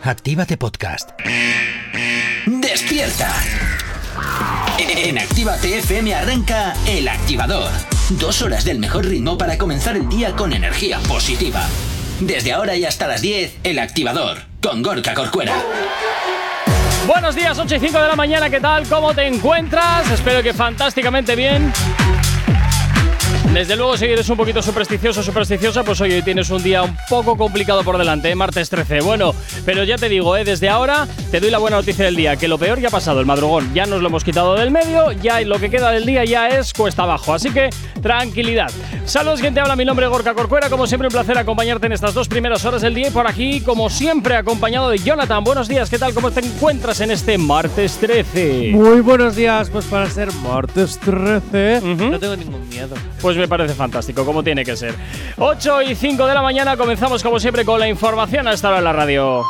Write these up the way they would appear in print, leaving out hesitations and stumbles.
Actívate Podcast. ¡Despierta! En Actívate FM arranca El Activador. 2 horas del mejor ritmo para comenzar el día con energía positiva. Desde ahora y hasta las 10, El Activador, con Gorka Corcuera. Buenos días, 8 y 5 de la mañana, ¿qué tal? ¿Cómo te encuentras? Espero que fantásticamente bien. Desde luego, si eres un poquito supersticiosa, pues hoy tienes un día un poco complicado por delante, martes 13. Bueno, pero ya te digo, desde ahora te doy la buena noticia del día, que lo peor ya ha pasado, el madrugón ya nos lo hemos quitado del medio, ya lo que queda del día ya es cuesta abajo, así que tranquilidad. Saludos, quien te habla, mi nombre es Gorka Corcuera, como siempre un placer acompañarte en estas 2 primeras horas del día y por aquí, como siempre, acompañado de Jonathan. Buenos días, ¿qué tal? ¿Cómo te encuentras en este martes 13? Muy buenos días, pues para ser martes 13 no tengo ningún miedo. Pues me parece fantástico, como tiene que ser. 8 y 5 de la mañana, comenzamos como siempre con la información a esta hora en la radio.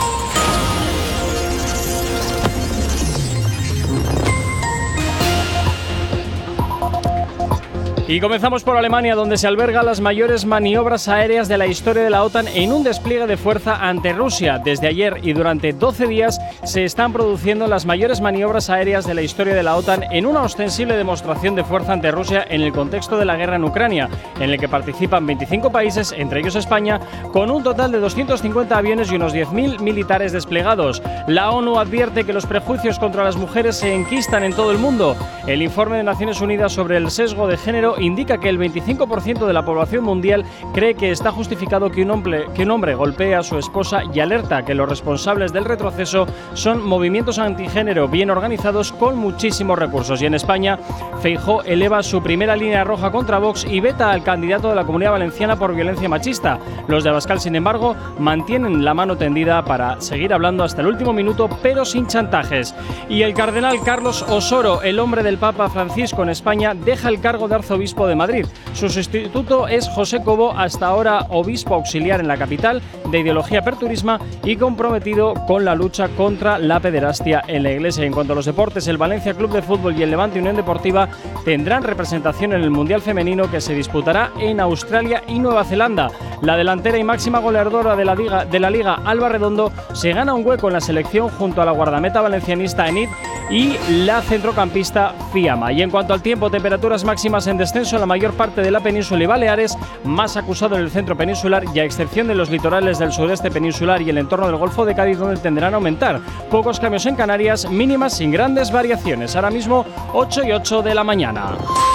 Y comenzamos por Alemania, donde se albergan las mayores maniobras aéreas de la historia de la OTAN en un despliegue de fuerza ante Rusia. Desde ayer y durante 12 días se están produciendo las mayores maniobras aéreas de la historia de la OTAN en una ostensible demostración de fuerza ante Rusia en el contexto de la guerra en Ucrania, en el que participan 25 países, entre ellos España, con un total de 250 aviones y unos 10.000 militares desplegados. La ONU advierte que los prejuicios contra las mujeres se enquistan en todo el mundo. El informe de Naciones Unidas sobre el sesgo de género indica que el 25% de la población mundial cree que está justificado que un hombre golpee a su esposa y alerta que los responsables del retroceso son movimientos antigénero bien organizados con muchísimos recursos. Y en España, Feijóo eleva su primera línea roja contra Vox y veta al candidato de la Comunidad Valenciana por violencia machista. Los de Abascal, sin embargo, mantienen la mano tendida para seguir hablando hasta el último minuto, pero sin chantajes. Y el cardenal Carlos Osoro, el hombre del Papa Francisco en España, deja el cargo de arzobispo de Madrid. Su sustituto es José Cobo, hasta ahora obispo auxiliar en la capital, de ideología aperturisma y comprometido con la lucha contra la pederastia en la Iglesia. En cuanto a los deportes, el Valencia Club de Fútbol y el Levante Unión Deportiva tendrán representación en el Mundial Femenino que se disputará en Australia y Nueva Zelanda. La delantera y máxima goleadora de la Liga, Alba Redondo, se gana un hueco en la selección junto a la guardameta valencianista Enid y la centrocampista Fiamma. Y en cuanto al tiempo, temperaturas máximas en descenso en la mayor parte de la península y Baleares, más acusado en el centro peninsular y a excepción de los litorales del sureste peninsular y el entorno del Golfo de Cádiz, donde tenderán a aumentar. Pocos cambios en Canarias, mínimas sin grandes variaciones. Ahora mismo 8 y 8 de la mañana.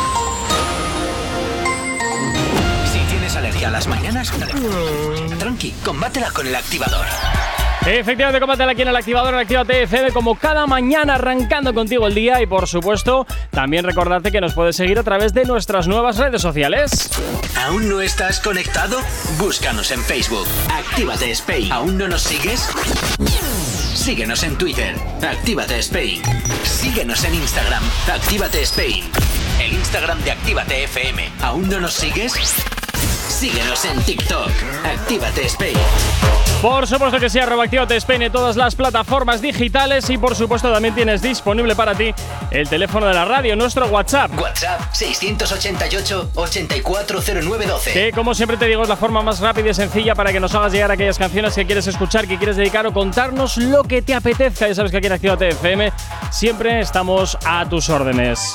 Si tienes alergia a las mañanas, tranqui, combátela con El Activador. Efectivamente, combátela aquí en El Activador, en Actívate FM, como cada mañana, arrancando contigo el día. Y por supuesto, también recordarte que nos puedes seguir a través de nuestras nuevas redes sociales. ¿Aún no estás conectado? Búscanos en Facebook. Actívate Spain. ¿Aún no nos sigues? Síguenos en Twitter. Actívate Spain. Síguenos en Instagram. Actívate Spain. El Instagram de Actívate FM. ¿Aún no nos sigues? Síguenos en TikTok. Actívate Spain. Por supuesto que sí, @Actívate Spain en todas las plataformas digitales y por supuesto también tienes disponible para ti el teléfono de la radio, nuestro WhatsApp. WhatsApp 688-840912. Que como siempre te digo es la forma más rápida y sencilla para que nos hagas llegar aquellas canciones que quieres escuchar, que quieres dedicar o contarnos lo que te apetezca. Ya sabes que aquí en Actívate FM siempre estamos a tus órdenes.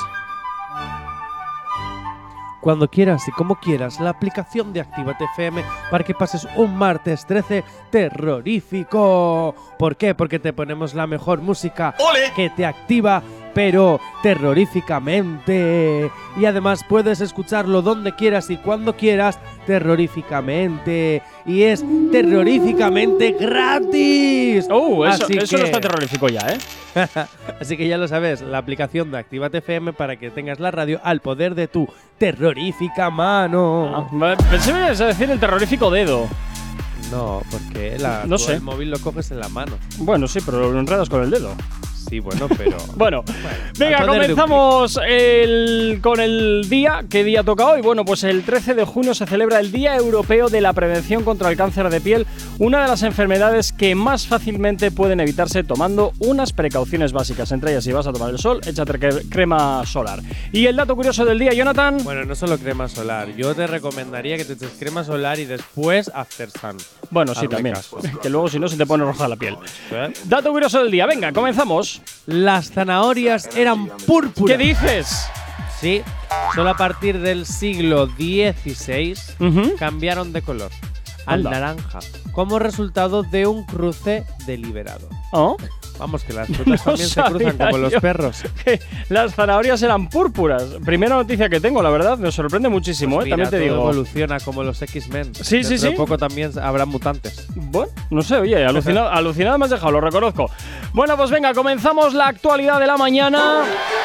Cuando quieras y como quieras, la aplicación de Actívate FM para que pases un martes 13 terrorífico. ¿Por qué? Porque te ponemos la mejor música. ¡Ole! Que te activa, pero terroríficamente. Y además puedes escucharlo donde quieras y cuando quieras, terroríficamente. Y es terroríficamente gratis. Eso no está terrorífico ya, ¿eh? Así que ya lo sabes, la aplicación de Actívate FM para que tengas la radio al poder de tu terrorífica mano. Pensé que ibas a decir el terrorífico dedo. No, porque no sé. el móvil lo coges en la mano. Bueno, sí, pero lo enredas con el dedo. Sí, bueno, pero… Bueno, venga, al poder de un comenzamos con el día. ¿Qué día toca hoy? Bueno, pues el 13 de junio se celebra el Día Europeo de la Prevención contra el Cáncer de Piel, una de las enfermedades que más fácilmente pueden evitarse tomando unas precauciones básicas. Entre ellas, si vas a tomar el sol, échate crema solar. Y el dato curioso del día, Jonathan. Bueno, no solo crema solar. Yo te recomendaría que te eches crema solar y después After Sun. Bueno, sí, Hazme también. caso. Que luego, si no, se te pone roja la piel. ¿Eh? Dato curioso del día. Venga, comenzamos. Las zanahorias eran púrpuras. ¿Qué dices? Sí, solo a partir del siglo XVI cambiaron de color al Anda. naranja, como resultado de un cruce deliberado. ¿Oh? Vamos, que las frutas No también se cruzan sabía como los yo perros. que las zanahorias eran púrpuras. Primera noticia que tengo, la verdad, me sorprende muchísimo, Pues mira, también te todo digo. evoluciona como los X-Men. Sí, sí, Dentro de sí. poco también habrá mutantes. Bueno, no sé, oye, alucinado me has dejado, lo reconozco. Bueno, pues venga, comenzamos la actualidad de la mañana.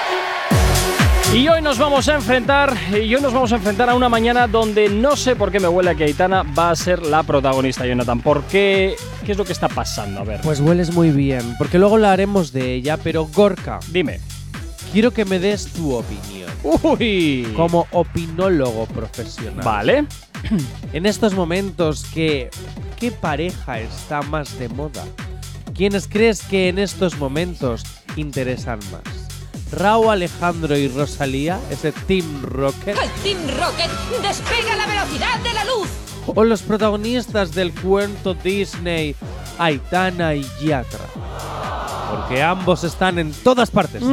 Y hoy nos vamos a enfrentar a una mañana donde no sé por qué me huele a que Aitana va a ser la protagonista, Jonathan. ¿Por qué? ¿Qué es lo que está pasando? A ver, Pues hueles muy bien, porque luego hablaremos de ella, pero Gorka, dime. quiero que me des tu opinión. Uy. Como opinólogo profesional. Vale. En estos momentos, ¿qué pareja está más de moda? ¿Quiénes crees que en estos momentos interesan más? ¿Rauw Alejandro y Rosalía, ese Team Rocket? ¡El Team Rocket despega a la velocidad de la luz! ¿O los protagonistas del cuento Disney, Aitana y Yatra? Porque ambos están en todas partes.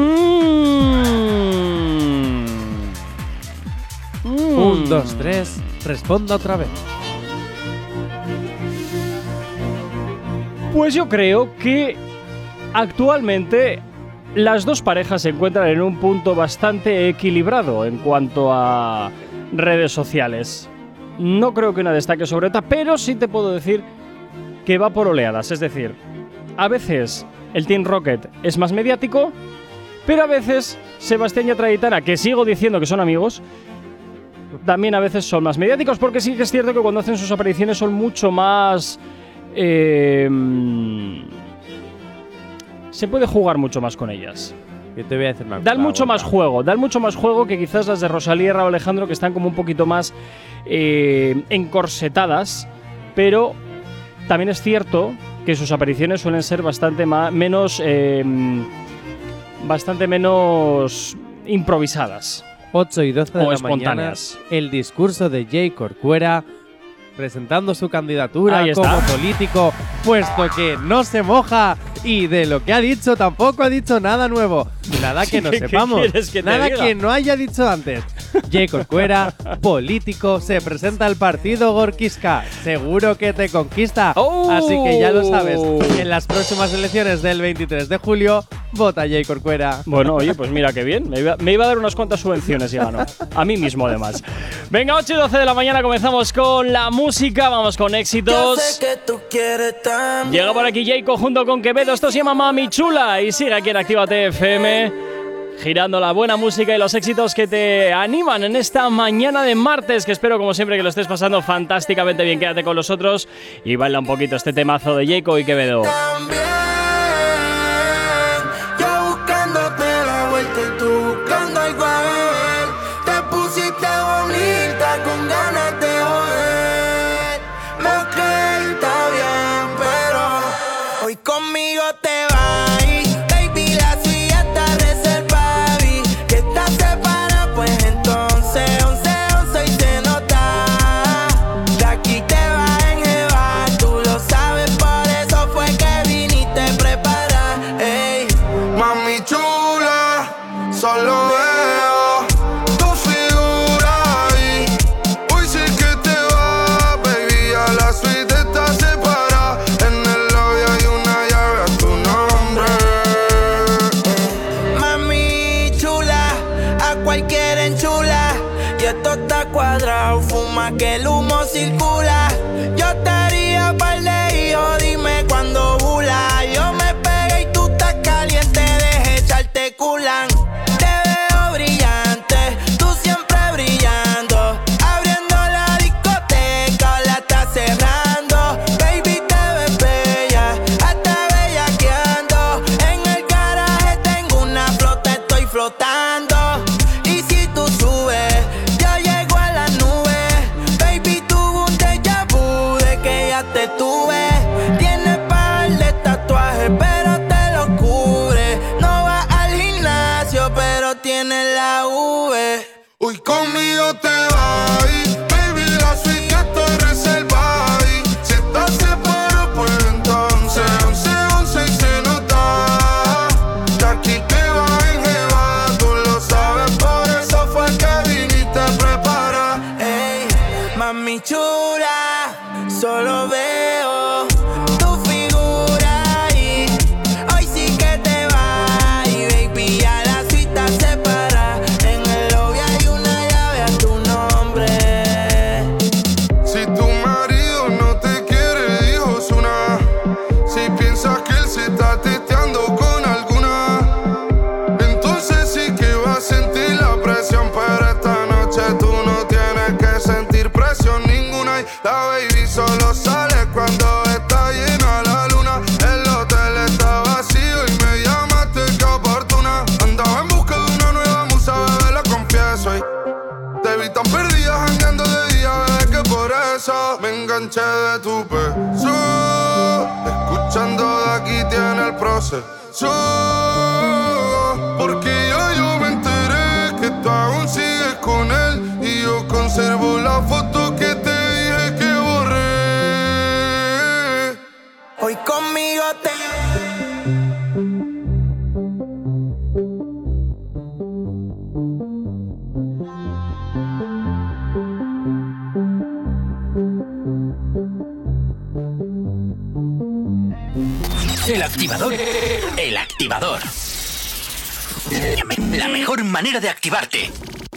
1, 2, 3, responda otra vez. Pues yo creo que actualmente las dos parejas se encuentran en un punto bastante equilibrado en cuanto a redes sociales. No creo que una destaque sobre otra, pero sí te puedo decir que va por oleadas. Es decir, a veces el Team Rocket es más mediático, pero a veces Sebastián Yatra y Aitana, que sigo diciendo que son amigos, también a veces son más mediáticos, porque sí que es cierto que cuando hacen sus apariciones son mucho más… se puede jugar mucho más con ellas. Yo te voy a decir una cosa. Dan mucho más juego que quizás las de Rosalía y Rauw Alejandro, que están como un poquito más encorsetadas, pero también es cierto que sus apariciones suelen ser bastante menos improvisadas. 8 y 12 de O la espontáneas. mañana, el discurso de Jay Corcuera presentando su candidatura Ahí está. como político, puesto que no se moja y de lo que ha dicho tampoco ha dicho nada nuevo, nada que no ¿Qué sepamos, quieres que te nada diga? que no haya dicho antes. Jay Corcuera, político, se presenta al partido Gorquisca, seguro que te conquista, ¡Oh! así que ya lo sabes, en las próximas elecciones del 23 de julio, vota Jay Corcuera. Bueno, oye, pues mira qué bien. Me iba a dar unas cuantas subvenciones y ganó. A mí mismo, además. Venga, 8 y 12 de la mañana comenzamos con la música. Vamos con éxitos. Llega por aquí Jayco junto con Quevedo. Esto se llama Mami Chula. Y sigue aquí en Actívate FM, girando la buena música y los éxitos que te animan en esta mañana de martes, que espero como siempre que lo estés pasando fantásticamente bien. Quédate con nosotros y baila un poquito este temazo de Jayco y Quevedo. Conmigo te vas, baby, la suya está reservada. Que estás separada, pues entonces 11 y se nota. De aquí te vas a enjevar, tú lo sabes, por eso fue que viniste preparada. Ey, mami chula, solo veo tu figura ahí. Hoy sí que te vas, baby, a la suite estás separada. En el lobby hay una llave a tu nombre. Mami chula, a cualquiera enchula. Y esto está cuadrado, fuma que el humo circula. Yo te haría par de hijos, dime cuándo bula. Yo me pegué y tú estás caliente, deje echarte culán. Te veo brillante, tú siempre brillando. Abriendo la discoteca, la estás cerrando. Baby, te ves bella, hasta bellaqueando. En el garaje ya te tuve. Tienes par de tatuajes, pero te lo cubre. No va al gimnasio, pero tiene la V. Hoy conmigo te vas, baby, la suite que estoy reservada. Si estás separado, pues entonces 11-11 y se nota. De aquí te vas en jeva, tú lo sabes, por eso fue que viniste preparada. Ey, mami chula, solo veo tu figura ahí. Hoy sí que te vas, baby, a la suite separa. En el lobby hay una llave a tu nombre. Si tu marido no te quiere, hijos una. Si piensas que él se está testeando con alguna, entonces sí que vas a sentir la presión. Pero esta noche tú no tienes que sentir presión ninguna. Y la baby solo sale cuando está llena la luna. El hotel está vacío y me llamaste que oportuna. Andaba en busca de una nueva musa, bebé, lo confieso. Y te vi tan perdida jangueando de día, bebé, que por eso me enganché de tu peso. Escuchando de aquí tiene el proceso. Porque yo me enteré que tú aún sigues con él. Y yo conservo la foto que te dije que borré. Hoy conmigo te... El activador. El activador. La mejor manera de activarte.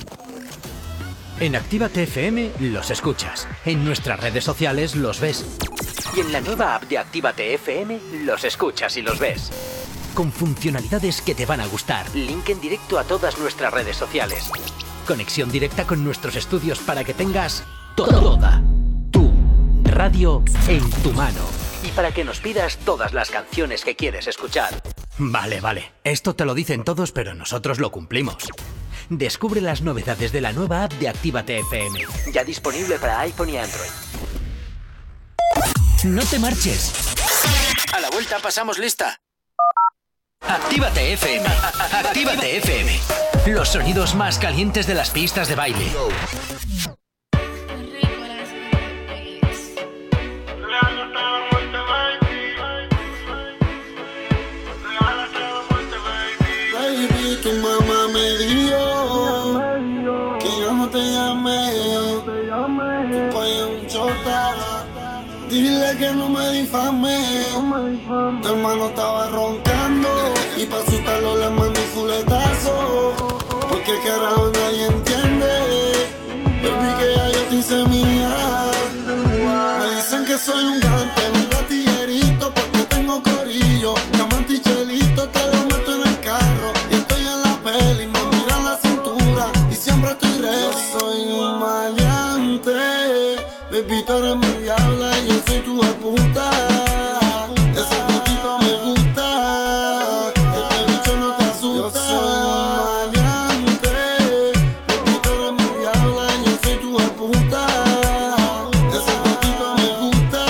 En Actívate FM los escuchas. En nuestras redes sociales los ves. Y en la nueva app de Actívate FM los escuchas y los ves. Con funcionalidades que te van a gustar. Link en directo a todas nuestras redes sociales. Conexión directa con nuestros estudios para que tengas toda tu radio en tu mano. Y para que nos pidas todas las canciones que quieres escuchar. Vale. Esto te lo dicen todos, pero nosotros lo cumplimos. Descubre las novedades de la nueva app de Actívate FM. Ya disponible para iPhone y Android. No te marches. A la vuelta pasamos lista. Actívate FM. Actívate FM. Los sonidos más calientes de las pistas de baile. Tu mamá me dijo que yo no te llamé, pues un chota. Dile que no me difame. Tu hermano estaba roncando y pa' asustarlo le mandé un fuletazo. Porque carajo nadie entiende, baby, que ya yo te hice mía. Me dicen que soy un gante, un gatillerito, porque tengo corillo. Diamante y chelito, te lo meto en el carro. Y estoy en la peli, me miran la cintura y siempre estoy ready. Yo soy un maleante, baby, tú eres mi diabla y yo soy tu puta. Ese poquito me gusta, este bicho no te asusta. Yo soy un maleante, baby, tú eres mi diabla y yo soy tu puta. Ese totito me gusta,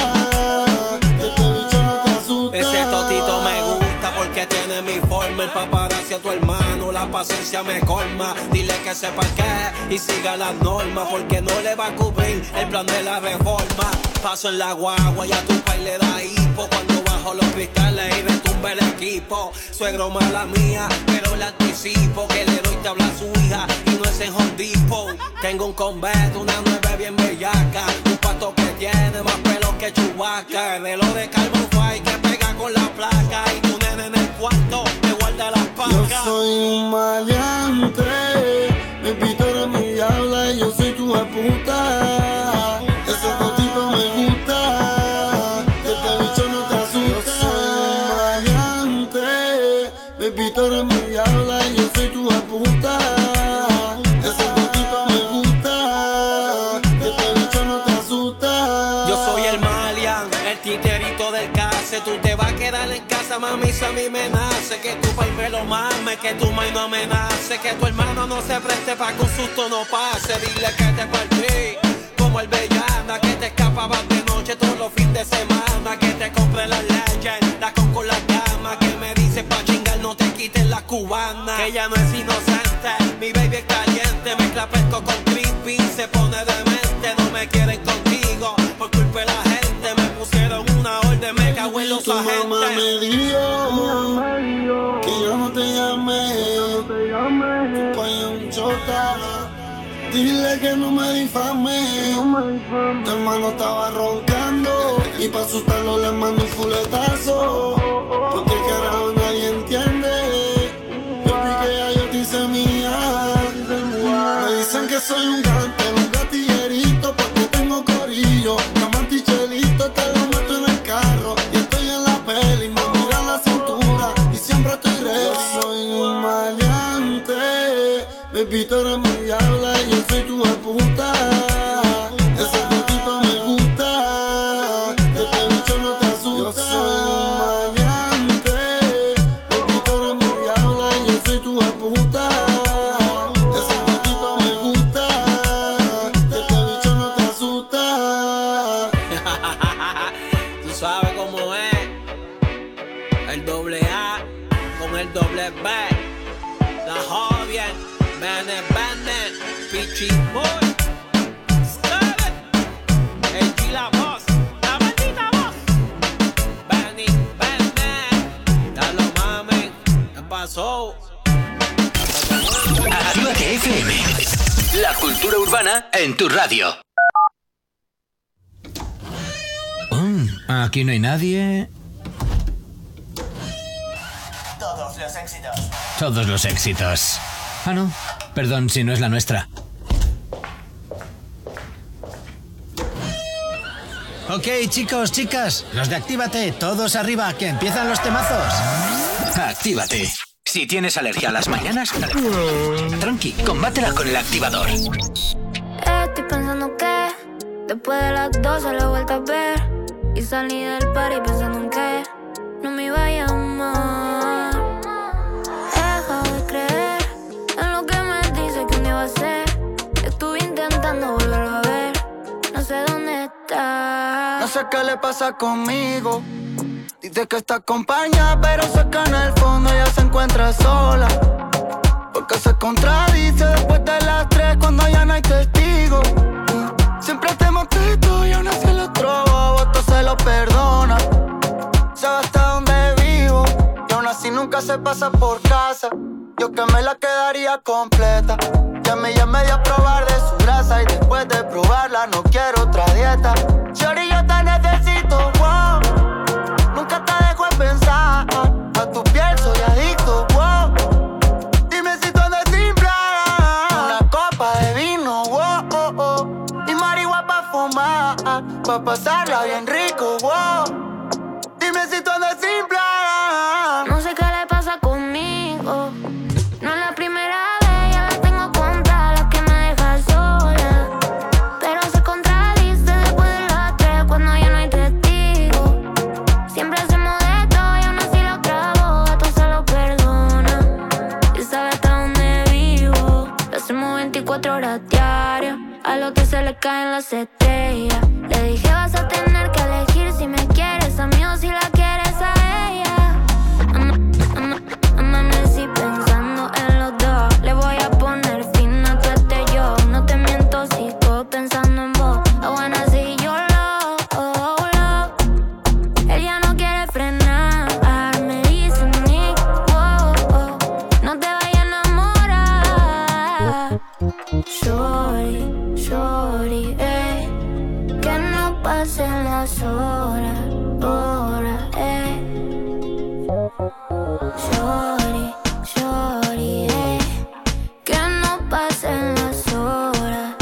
este bicho no te asusta. Ese totito me gusta porque tiene mi forma. El paparazzi a tu hermano, la paciencia me colma. Dile que sepa qué y siga las normas, porque no le va a cubrir el plan de la reforma. Paso en la guagua y a tu país le da hipo cuando bajo los cristales y retumba el equipo. Suegro mala mía, pero le anticipo que le doy tabla a su hija y no es en Home Depot. Tengo un Convert, una 9 bien bellaca, un pato que tiene más pelo que Chewbacca. El reloj de Carbon Fight que pega con la placa y tu nene en el cuarto me guarda las pacas. Yo soy un maleante, baby, tú eres mi diabla y yo soy tu puta. Ese totito me gusta, que este bicho no te asusta. Yo soy un maleante, baby, tú eres mi diabla y yo soy tu puta. Ese totito me gusta, que este bicho no te asusta. Yo soy el Malian, el titerito del case. Tú te vas a quedar en casa, mami, si a mí me nace. Que tu país me lo mame, que tu maíz no amenace. Que tu hermano no se preste pa' que un susto no pase. Dile que te partí como el Bellana, que te escapabas de noche todos los fines de semana, que te compré las Legend, la con las damas, que me dice pa' chingar no te quites la cubana, que ella no es inocente, mi baby es caliente, mezcla pesco con creepy, se pone demente, no me quieren contigo, por culpa de la gente, me pusieron una orden, me cago en los agentes. Tu mamá me dijo que yo no te llamé, pa' un chota. Dile que no me difame. Tu hermano estaba roncando y pa' asustarlo le mando un fuletazo. Porque el carajo nadie entiende. Baby, que ya yo te hice mía. Me dicen que soy un gante, un gatillerito, porque tengo corillo. Camantichelito, te lo meto en el carro. Y estoy en la peli, me miran la cintura y siempre estoy ready. Yo soy un maleante, baby, tú eres mi diabla y yo soy tu puta. Ese poquito me gusta, que este bicho no te asusta. Yo soy un maleante, baby, tú eres mi diabla y yo soy tu puta. Ese poquito me gusta, que este bicho no te asusta. Tú sabes cómo es. El doble A con el doble B. La joven, Bene, Pichi Boy, Scarlett, el G la voz, la maldita voz. Benny, dalo mami, ¿qué pasó? Actívate FM. La cultura urbana en tu radio. Aquí no hay nadie. Todos los éxitos. Todos los éxitos. Ah, no. Perdón si no es la nuestra. Ok, chicos, chicas. Los de Actívate, todos arriba, que empiezan los temazos. Actívate. Si tienes alergia a las mañanas, tranqui, combátela con el activador. Estoy pensando que después de las 12 la vuelta a ver. Y salí del party pensando en que no me iba a llamar. He dejado de creer en lo que me dice que un día va a ser. Estuve intentando volverlo a ver, no sé dónde está. No sé qué le pasa conmigo. Dice que está acompañada, pero sé que en el fondo ella se encuentra sola. Porque se contradice después de las 3 cuando ya no hay testigos. Siempre te mostrito y aún así el otro bobo se lo perdona. Sabe hasta dónde vivo y aún así nunca se pasa por casa. Yo que me la quedaría completa. Ya me dio a probar de su grasa y después de probarla no quiero otra dieta. Shorty, yo te necesito, wow. Nunca te dejo de pensar. A tu piel soy adicto, wow. Dime si tú andas sin plan. Una copa de vino, wow, oh, oh. Y marihuana pa' fumar, pa' pasarla bien rico, wow. Dime si tú andas sin plan. No sé qué le pasa conmigo. No es la primera vez, ya la tengo contra la que me deja sola. Pero se contradice después de las 3 cuando ya no hay testigo. Siempre hacemos de todo y aún así lo grabo, a todos se lo perdona. Y sabe hasta dónde vivo. Lo hacemos 24 horas diarias. A lo que se le caen las estrellas. Le dije vas a tener que elegir si me quieres a mí o si la quieres a ella. Amanecí pensando en los dos. Le voy a poner fin a este yo. No te miento, sigo pensando en vos. I wanna see your love. Él ya no quiere frenar. Me dice Nick, oh, oh. No te vayas a enamorar. Shorty, que no pasen las horas, Shorty, que no pasen las horas,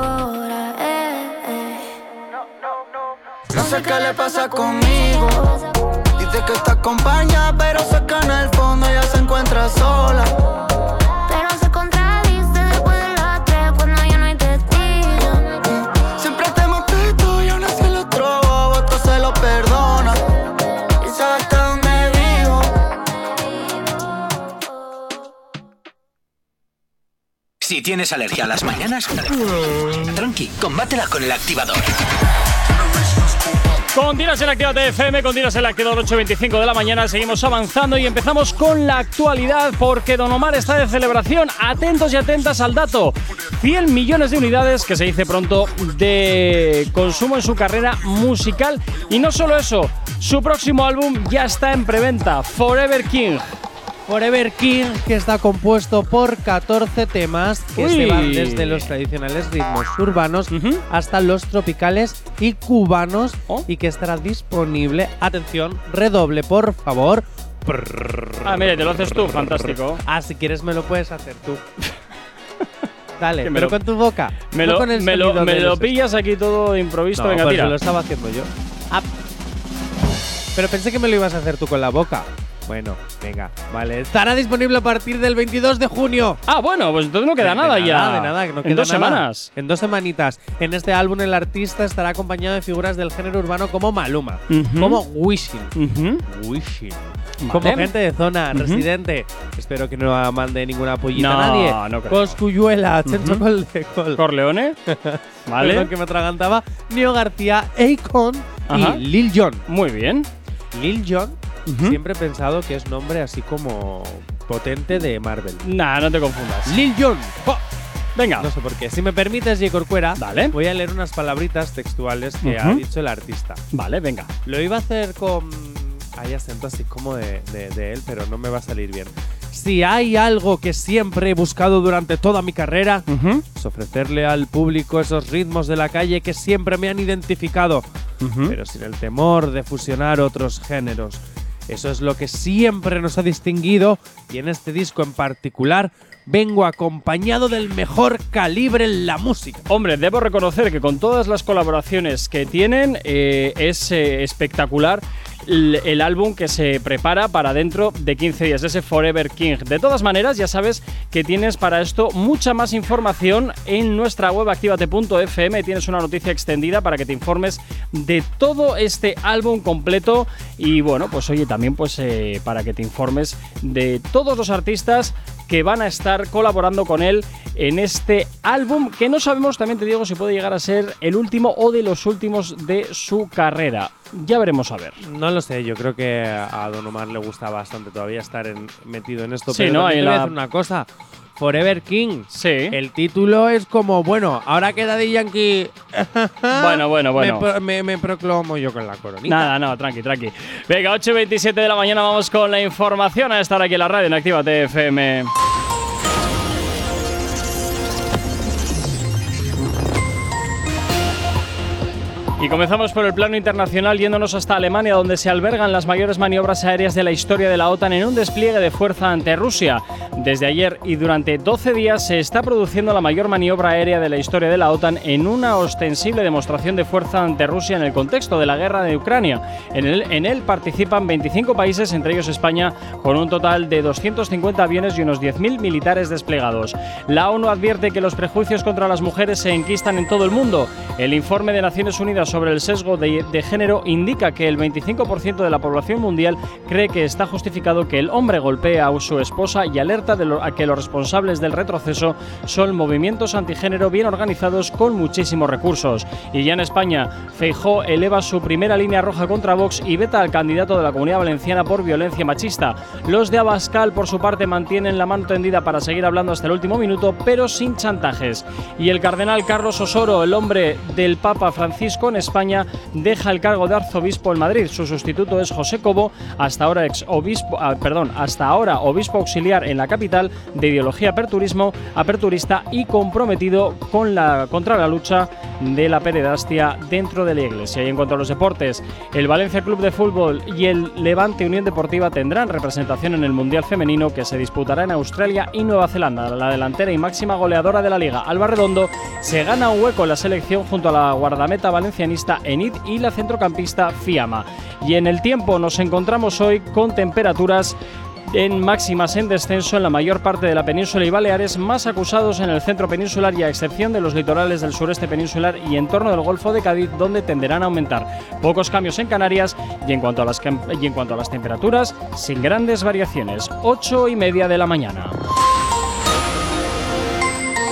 No sé qué le pasa conmigo. Dice que está acompañada, pero sé que en el fondo ella se encuentra sola. Pero se contradice después de las 3 cuando ya no hay testigos. Siempre te mostrito y aún así el otro bobo se lo perdona. Y sabe hasta dónde vivo. Si tienes alergia a las mañanas, tranqui, combátela con el activador. Continuas en Actívate FM, continuas en el activador 8:25 de la mañana. Seguimos avanzando y empezamos con la actualidad porque Don Omar está de celebración. Atentos y atentas al dato. 100 millones de unidades, que se dice pronto, de consumo en su carrera musical. Y no solo eso, su próximo álbum ya está en preventa, Forever King. Forever King, que está compuesto por 14 temas que se van desde los tradicionales ritmos urbanos hasta los tropicales y cubanos y que estará disponible, atención, redoble por favor. Mira, te lo haces tú, fantástico. Si quieres me lo puedes hacer tú. Dale, pero con tu boca. Me lo pillas aquí todo de improviso. No, venga, pues tira. lo estaba haciendo yo. Pero pensé que me lo ibas a hacer tú con la boca. Bueno, venga, vale. Estará disponible a partir del 22 de junio. Bueno, pues entonces no queda nada ya. De nada, no queda en 2 nada. semanas. En 2 semanitas. En este álbum el artista estará acompañado de figuras del género urbano como Maluma, como Wishing, como gente de zona, Residente. Espero que no mande ninguna pollita a nadie. No creo. Cosculluela, Chencho Corleone. Vale. Perdón que me atragantaba. Neo García, Akon y Lil Jon. Muy bien. Lil Jon. Siempre he pensado que es nombre así como potente de Marvel. Nah, no te confundas. Lil Jon. Venga. No sé por qué. Si me permites, J. Corcuera, Dale. voy a leer unas palabritas textuales que ha dicho el artista. Vale, venga. Lo iba a hacer con… Hay acento así como de él, pero no me va a salir bien. Si hay algo que siempre he buscado durante toda mi carrera, es ofrecerle al público esos ritmos de la calle que siempre me han identificado, pero sin el temor de fusionar otros géneros. Eso es lo que siempre nos ha distinguido y en este disco en particular vengo acompañado del mejor calibre en la música. Hombre, debo reconocer que con todas las colaboraciones que tienen es espectacular el álbum que se prepara para dentro de 15 días, ese Forever King. De todas maneras, ya sabes que tienes para esto mucha más información en nuestra web activate.fm. Tienes una noticia extendida para que te informes de todo este álbum completo y bueno, pues oye, también pues para que te informes de todos los artistas que van a estar colaborando con él en este álbum, que no sabemos, también te digo, si puede llegar a ser el último o de los últimos de su carrera. Ya veremos a ver. No lo sé, yo creo que a Don Omar le gusta bastante todavía estar metido en esto. Sí, pero ¿no? también te voy a decir una cosa. Forever King. Sí. El título es como, bueno, ahora que Daddy Yankee… Bueno. Me proclamo yo con la coronita. Nada, no, tranqui. Venga, 8:27 de la mañana, vamos con la información a estar aquí en la radio en Actívate FM. Y comenzamos por el plano internacional yéndonos hasta Alemania, donde se albergan las mayores maniobras aéreas de la historia de la OTAN en un despliegue de fuerza ante Rusia. Desde ayer y durante 12 días se está produciendo la mayor maniobra aérea de la historia de la OTAN en una ostensible demostración de fuerza ante Rusia en el contexto de la guerra de Ucrania. En él participan 25 países, entre ellos España, con un total de 250 aviones y unos 10.000 militares desplegados. La ONU advierte que los prejuicios contra las mujeres se enquistan en todo el mundo. El informe de Naciones Unidas sobre el sesgo de género indica que el 25% de la población mundial cree que está justificado que el hombre golpee a su esposa y alerta a que los responsables del retroceso son movimientos antigénero bien organizados con muchísimos recursos. Y ya en España, Feijóo eleva su primera línea roja contra Vox y veta al candidato de la Comunidad Valenciana por violencia machista. Los de Abascal, por su parte, mantienen la mano tendida para seguir hablando hasta el último minuto, pero sin chantajes. Y el cardenal Carlos Osoro, el hombre del Papa Francisco en España, deja el cargo de arzobispo en Madrid. Su sustituto es José Cobo, hasta ahora obispo auxiliar en la capital, de ideología aperturista y comprometido contra la lucha de la pederastia dentro de la Iglesia. Y en cuanto a los deportes, el Valencia Club de Fútbol y el Levante Unión Deportiva tendrán representación en el Mundial Femenino, que se disputará en Australia y Nueva Zelanda. La delantera y máxima goleadora de la Liga, Alba Redondo, se gana un hueco en la selección junto a la guardameta valencianista Enid y la centrocampista Fiamma. Y en el tiempo nos encontramos hoy con temperaturas en máximas en descenso en la mayor parte de la península y Baleares, más acusados en el centro peninsular y a excepción de los litorales del sureste peninsular y en torno del Golfo de Cádiz, donde tenderán a aumentar. Pocos cambios en Canarias y en cuanto a las temperaturas, sin grandes variaciones. 8:30 de la mañana.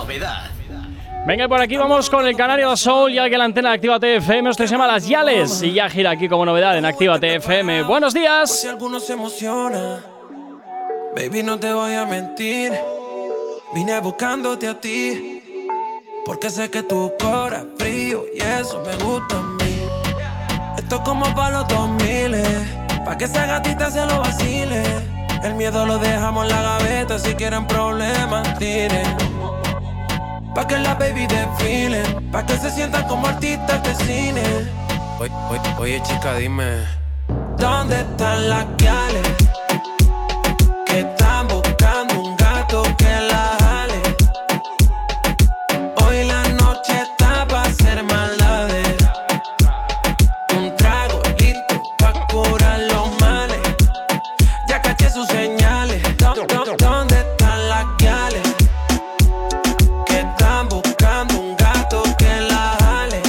novedad. Venga, por aquí vamos con el Canario Soul, ya que la antena de Actívate FM. Esto se llama Las Yales y ya gira aquí como novedad en Actívate FM. ¡Buenos días! Si alguno se emociona, baby, no te voy a mentir. Vine buscándote a ti, porque sé que tu corazón es frío y eso me gusta a mí. Esto es como para los 2000, pa' que esa gatita se lo vacile. El miedo lo dejamos en la gaveta, si quieren problemas, tiren. Pa' que la baby desfilen, pa' que se sientan como artistas de cine. Oye chica, dime, ¿dónde están las guiales que están buscando un gato que la jale? Hoy la noche está pa' hacer maldades. Un trago listo pa' curar los males. Ya caché sus señales. ¿Dónde están las guiales que están buscando un gato que la jale?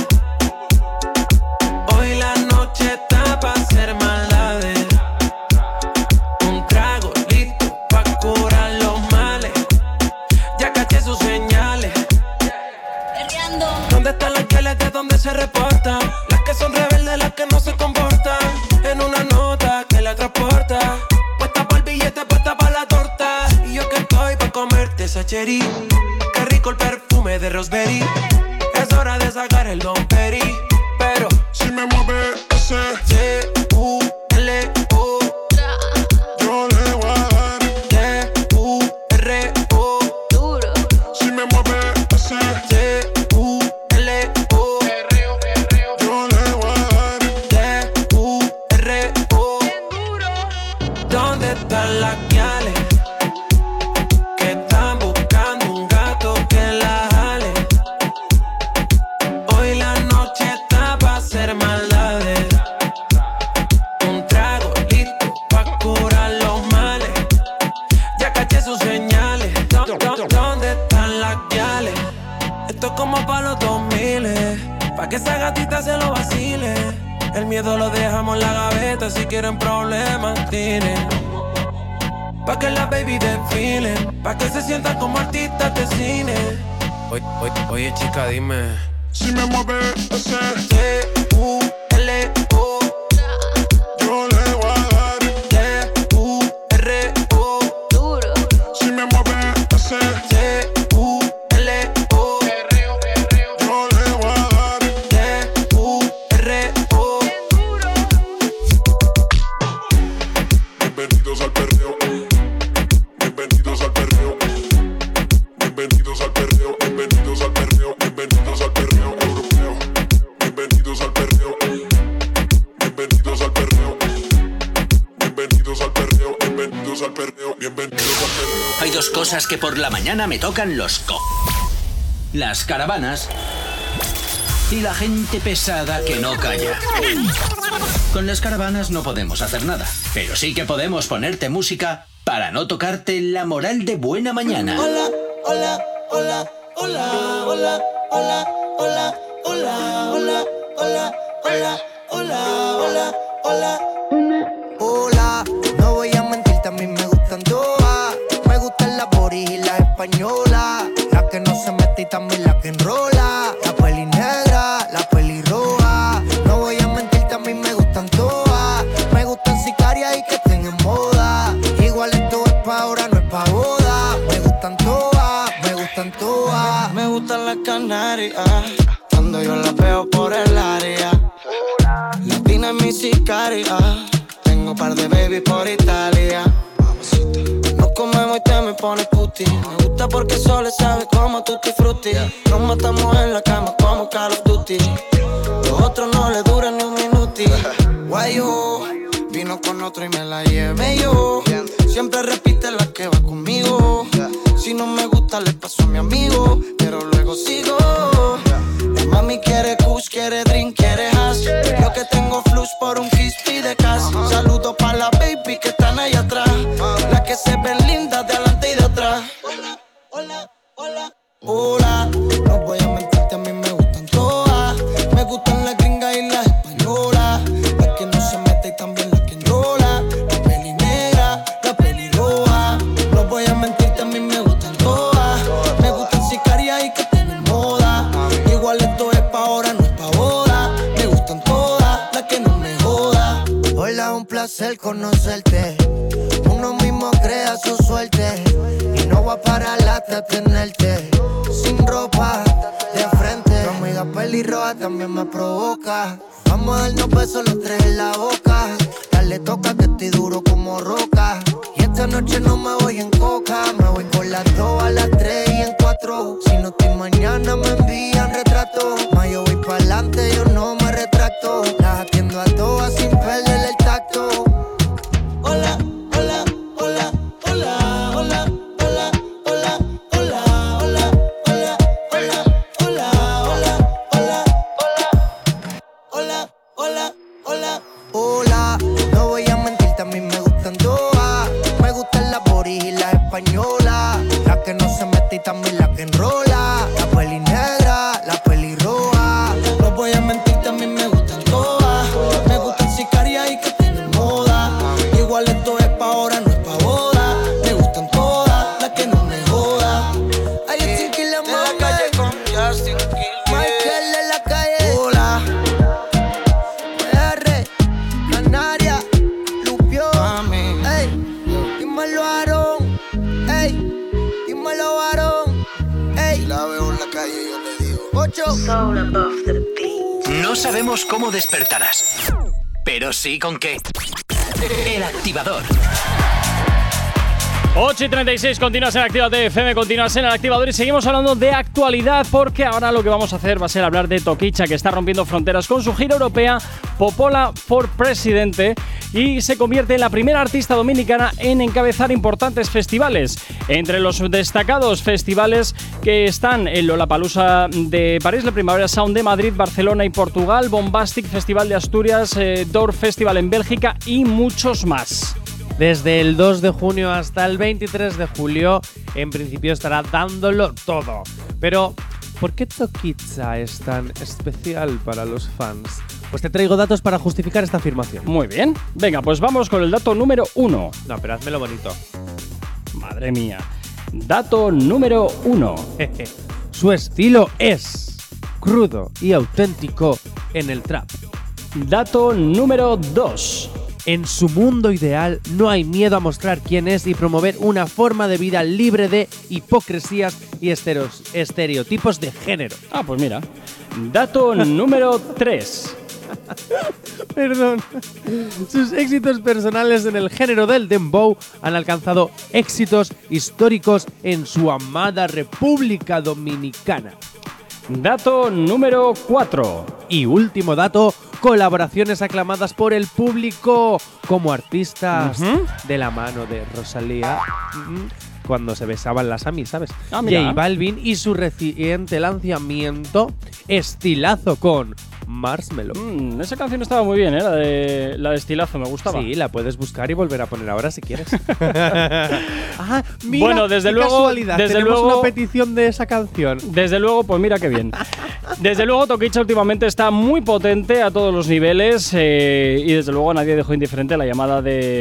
Hoy la noche está pa' hacer maldades. Un trago listo pa' curar los males. Ya caché sus señales. ¿Dónde están las guiales de donde se reportan? Las que son rebeldes, las que no se comportan. En una nota que la transporta. Puesta pa' el billete, puesta pa' la torta. Y yo que estoy pa' comerte esa cherry. Qué rico el perfume de Rosemary. Es hora de sacar el Don Perry. Pero Si me mueve ese, C-U-L-O, yo le voy a dar. T-U-R-O, Duro. Si me mueve ese, T-U-L-O, yo le voy a dar. T-U-R-O. ¿Dónde están las guiales que están buscando un gato que la jale? Hoy la noche está pa' hacer maldades. Un trago listo pa' curar los males. Ya caché sus señales. ¿Dónde están las guiales? Esto es como pa' los 2000, pa' que esa gatita se lo vacile. El miedo lo dejamos en la gaveta, si quieren problemas, tiren. Pa' que la baby desfilen, pa' que se sientan como artistas de cine. Oye chica, dime, Si me mueve ese, T-U-L-O, yo le voy a dar. T-U-R-O, Duro. Si me mueve ese, T-U-L-O, yo le voy a dar. T-U-R-O. Bienvenidos al perreo. Bienvenidos al perreo. Bienvenidos al perreo. Bienvenidos al perreo. Bienvenidos al perreo europeo. Bienvenidos al perreo. Bienvenidos al perreo. Bienvenidos al perreo. Bienvenidos al perreo. Bienvenidos al perreo. Hay dos cosas que por la mañana me tocan los las caravanas y la gente pesada que no calla. Con las caravanas no podemos hacer nada, pero sí que podemos ponerte música para no tocarte la moral de buena mañana. Hola, hola, hola, hola, hola, hola, hola, hola, hola, hola, hola, hola, hola, hola. Hola, no voy a mentirte, a mí me gustan todas. Me gustan las boris y las españolas. La que no se mete y también la que enrola. La peli negra, la peli roja. No voy a mentirte, a mí me gustan todas. Me gustan sicarias y que estén en moda. Igual esto es pa' ahora, no es pa' boda. Me gustan todas, me gustan todas. Me gustan las canarias, cuando yo las veo por el área. Latina es mi sicaria, tengo par de baby por Italia. Nos comemos y te me pones puti. Me gusta porque solo sabe como tutti frutti. Nos matamos en la cama como Call of Duty. Los otros no le duran ni un minuti. Guayo, vino con otro y me la llevé yo. Siempre repite la que va conmigo. Si no me gusta le paso a mi amigo, pero luego sigo. La mami quiere kush, quiere drink, quiere hash. Yo que tengo flush por un kiss pide cash. Saludo pa' la baby que están ahí atrás. Las que se ven lindas de adelante y de atrás. Hola, hola, hola, hola. No voy a mentirte, a mí me gustan todas. Me gustan las gringas y las españolas. Las que no se mete y también las que enrola. La peli negra, la peli roja. No voy a mentirte, a mí me gustan todas. Me gustan sicarias placer conocerte. Uno mismo crea su suerte y no va para hasta tenerte. Sin ropa, de frente. Tu amiga pelirroja también me provoca. Vamos a darnos besos los tres en la boca. Dale toca que estoy duro como roca. Y esta noche no me voy en coca. Me voy con las 2 a las 3 y en 4. Si no estoy mañana me envían retrato. Ma yo voy pa'lante, yo no me retracto. Las atiendo a todas sin perder el tacto. Hola, hola, hola, hola, hola, hola, hola, hola, hola, hola, hola, hola, hola, hola, hola, hola, hola. No voy a mentir, también me gustan todas. Me gustan las boris y las españolas. La que no se mete y también la que enrola. La peli negra, la pelirroja. No voy a mentir, también me gustan todas. Me gustan sicarias y que tienen moda. Igual esto es pa' ahora, no es pa' boda. Me gustan todas, las que no me joda. Hay un chinquile en la calle con Justin Michael en la calle. Hola. PR, Canaria, Lupió. Ey, dímelo Aarón. Ey, dímelo Aarón. Ey, si la veo en la calle yo le digo 8. No sabemos cómo despertarás, pero sí con qué. El Activador. 8:36, continúas en Actívate FM, continúas en el Activador y seguimos hablando de actualidad porque ahora lo que vamos a hacer va a ser hablar de Toquicha, que está rompiendo fronteras con su gira europea Popola for Presidente y se convierte en la primera artista dominicana en encabezar importantes festivales. Entre los destacados festivales que están el Lollapalooza de París, la Primavera Sound de Madrid, Barcelona y Portugal, Bombastic Festival de Asturias, Door Festival en Bélgica y muchos más. Desde el 2 de junio hasta el 23 de julio, en principio estará dándolo todo. Pero, ¿por qué Toquicha es tan especial para los fans? Pues te traigo datos para justificar esta afirmación. Muy bien. Venga, pues vamos con el dato número 1. No, pero hazmelo bonito. Madre mía. Dato número 1. Su estilo es crudo y auténtico en el trap. Dato número 2. En su mundo ideal no hay miedo a mostrar quién es y promover una forma de vida libre de hipocresías y estereotipos de género. Ah, pues mira. Dato número 3. Perdón. Sus éxitos personales en el género del dembow han alcanzado éxitos históricos en su amada República Dominicana. Dato número 4. Y último dato, colaboraciones aclamadas por el público como artistas de la mano de Rosalía cuando se besaban las amis, ¿sabes? J Balvin y su reciente lanzamiento Estilazo con Marshmello. Esa canción estaba muy bien, ¿eh? La de Estilazo, me gustaba. Sí, la puedes buscar y volver a poner ahora si quieres. Mira, bueno, desde luego, casualidad, desde tenemos luego, una petición de esa canción. Desde luego, pues mira qué bien. Desde luego, Toquicha últimamente está muy potente a todos los niveles y desde luego nadie dejó indiferente la llamada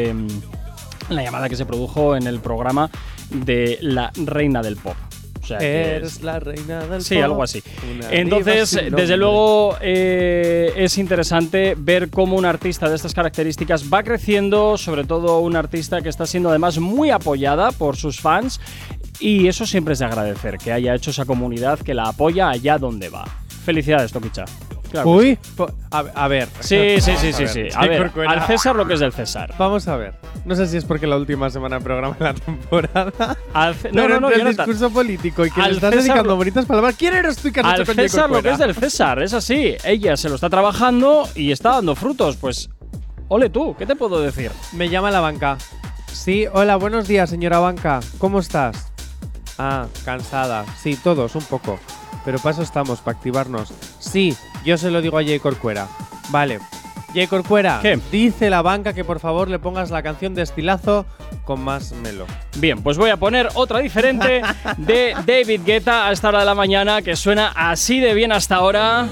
que se produjo en el programa de la reina del pop. O sea, eres la reina del pop. Sí, algo así. Entonces, desde luego, es interesante ver cómo un artista de estas características va creciendo, sobre todo un artista que está siendo además muy apoyada por sus fans, y eso siempre es de agradecer, que haya hecho esa comunidad que la apoya allá donde va. Felicidades, Toquicha. Claro. Uy, a ver. Sí. A ver, al César lo que es del César. Vamos a ver. No sé si es porque la última semana programa de la temporada. No, el discurso político y que le estás dedicando bonitas palabras. ¿Quién eres tú que has hecho con J. César lo que es del César, es así. Ella se lo está trabajando y está dando frutos. Pues, ole tú, ¿qué te puedo decir? Me llama la banca. Sí, hola, buenos días, señora banca. ¿Cómo estás? Ah, cansada. Sí, todos, un poco. Pero para eso estamos, para activarnos. Sí, yo se lo digo a J. Corcuera. Vale. J. Corcuera, ¿qué? Dice la banca que por favor le pongas la canción de Estilazo con Marshmello. Bien, pues voy a poner otra diferente de David Guetta a esta hora de la mañana, que suena así de bien hasta ahora.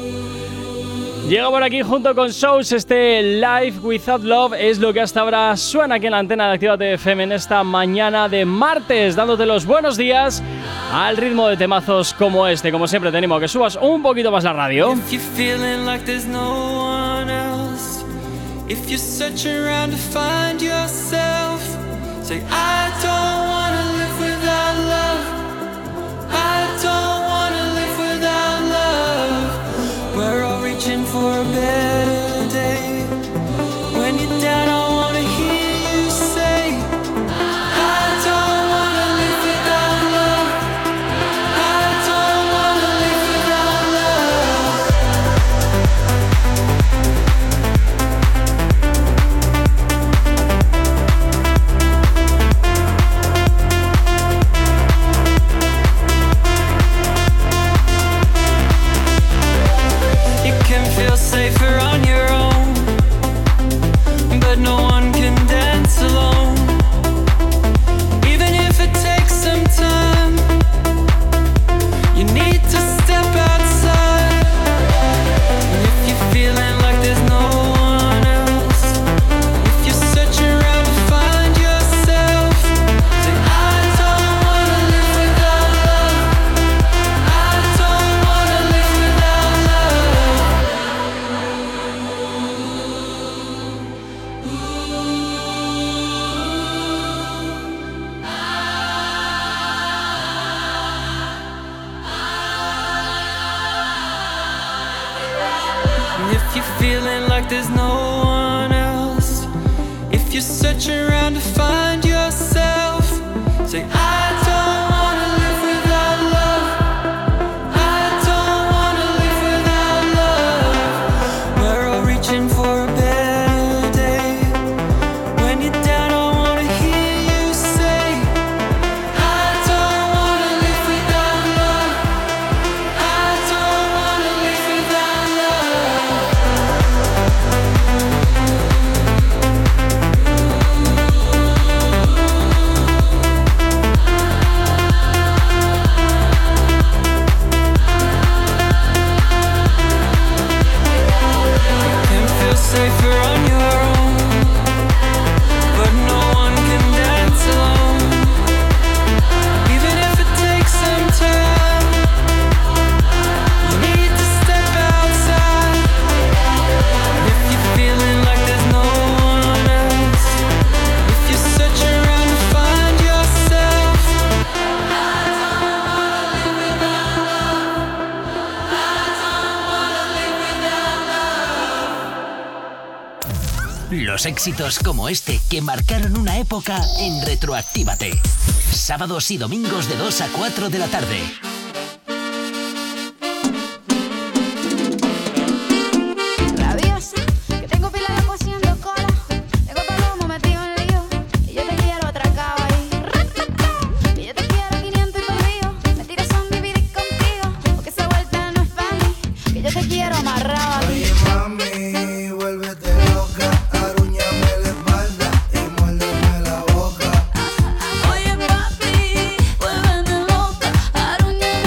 Llega por aquí junto con Shows, Life Without Love es lo que hasta ahora suena aquí en la antena de Actívate FM en esta mañana de martes, dándote los buenos días al ritmo de temazos como este. Como siempre te animo a que subas un poquito más la radio. If you're searching around to find yourself, say I don't wanna live without love. I don't wanna live without love. We're all reaching for a better day. When you're down, I wanna hear you say I don't wanna live without love. I don't wanna live without love. You can feel safer on your own, but no one can dance alone. Even if it takes some time, you need to step outside. And if you're feeling like there's no one else, if you're searching around to find yourself, say I don't wanna live without love. I don't wanna live without love. And if you're feeling like there's no one else, if you're searching around to find yourself, say I don't wanna live without love. I don't wanna live without love. We're all reaching for a better day. When you're down, I wanna hear you say I don't wanna live without love. I don't wanna live without love. You can feel safer on your own, but no one can dance alone. Even if it takes some time, you need to step outside. And if you're feeling like there's no one else, if you're searching around to find yourself, I don't wanna live without love. I don't wanna live without love. Los éxitos como este que marcaron una época en Retroactívate. Sábados y domingos de 2 a 4 de la tarde. Rabiosa, que tengo pila de cociendo cola. Tengo palomo metido en lío. Y yo te quiero atracado ahí. Ratata, y yo te quiero 500 y perdido. Mentiras son dividir contigo. Porque esa vuelta no es para mí. Que yo te quiero amarrado a ti. Oye, mami, vuélvete loca, arúñame la espalda y muérdeme la boca. Oye, papi, vuélvete loca, arúñame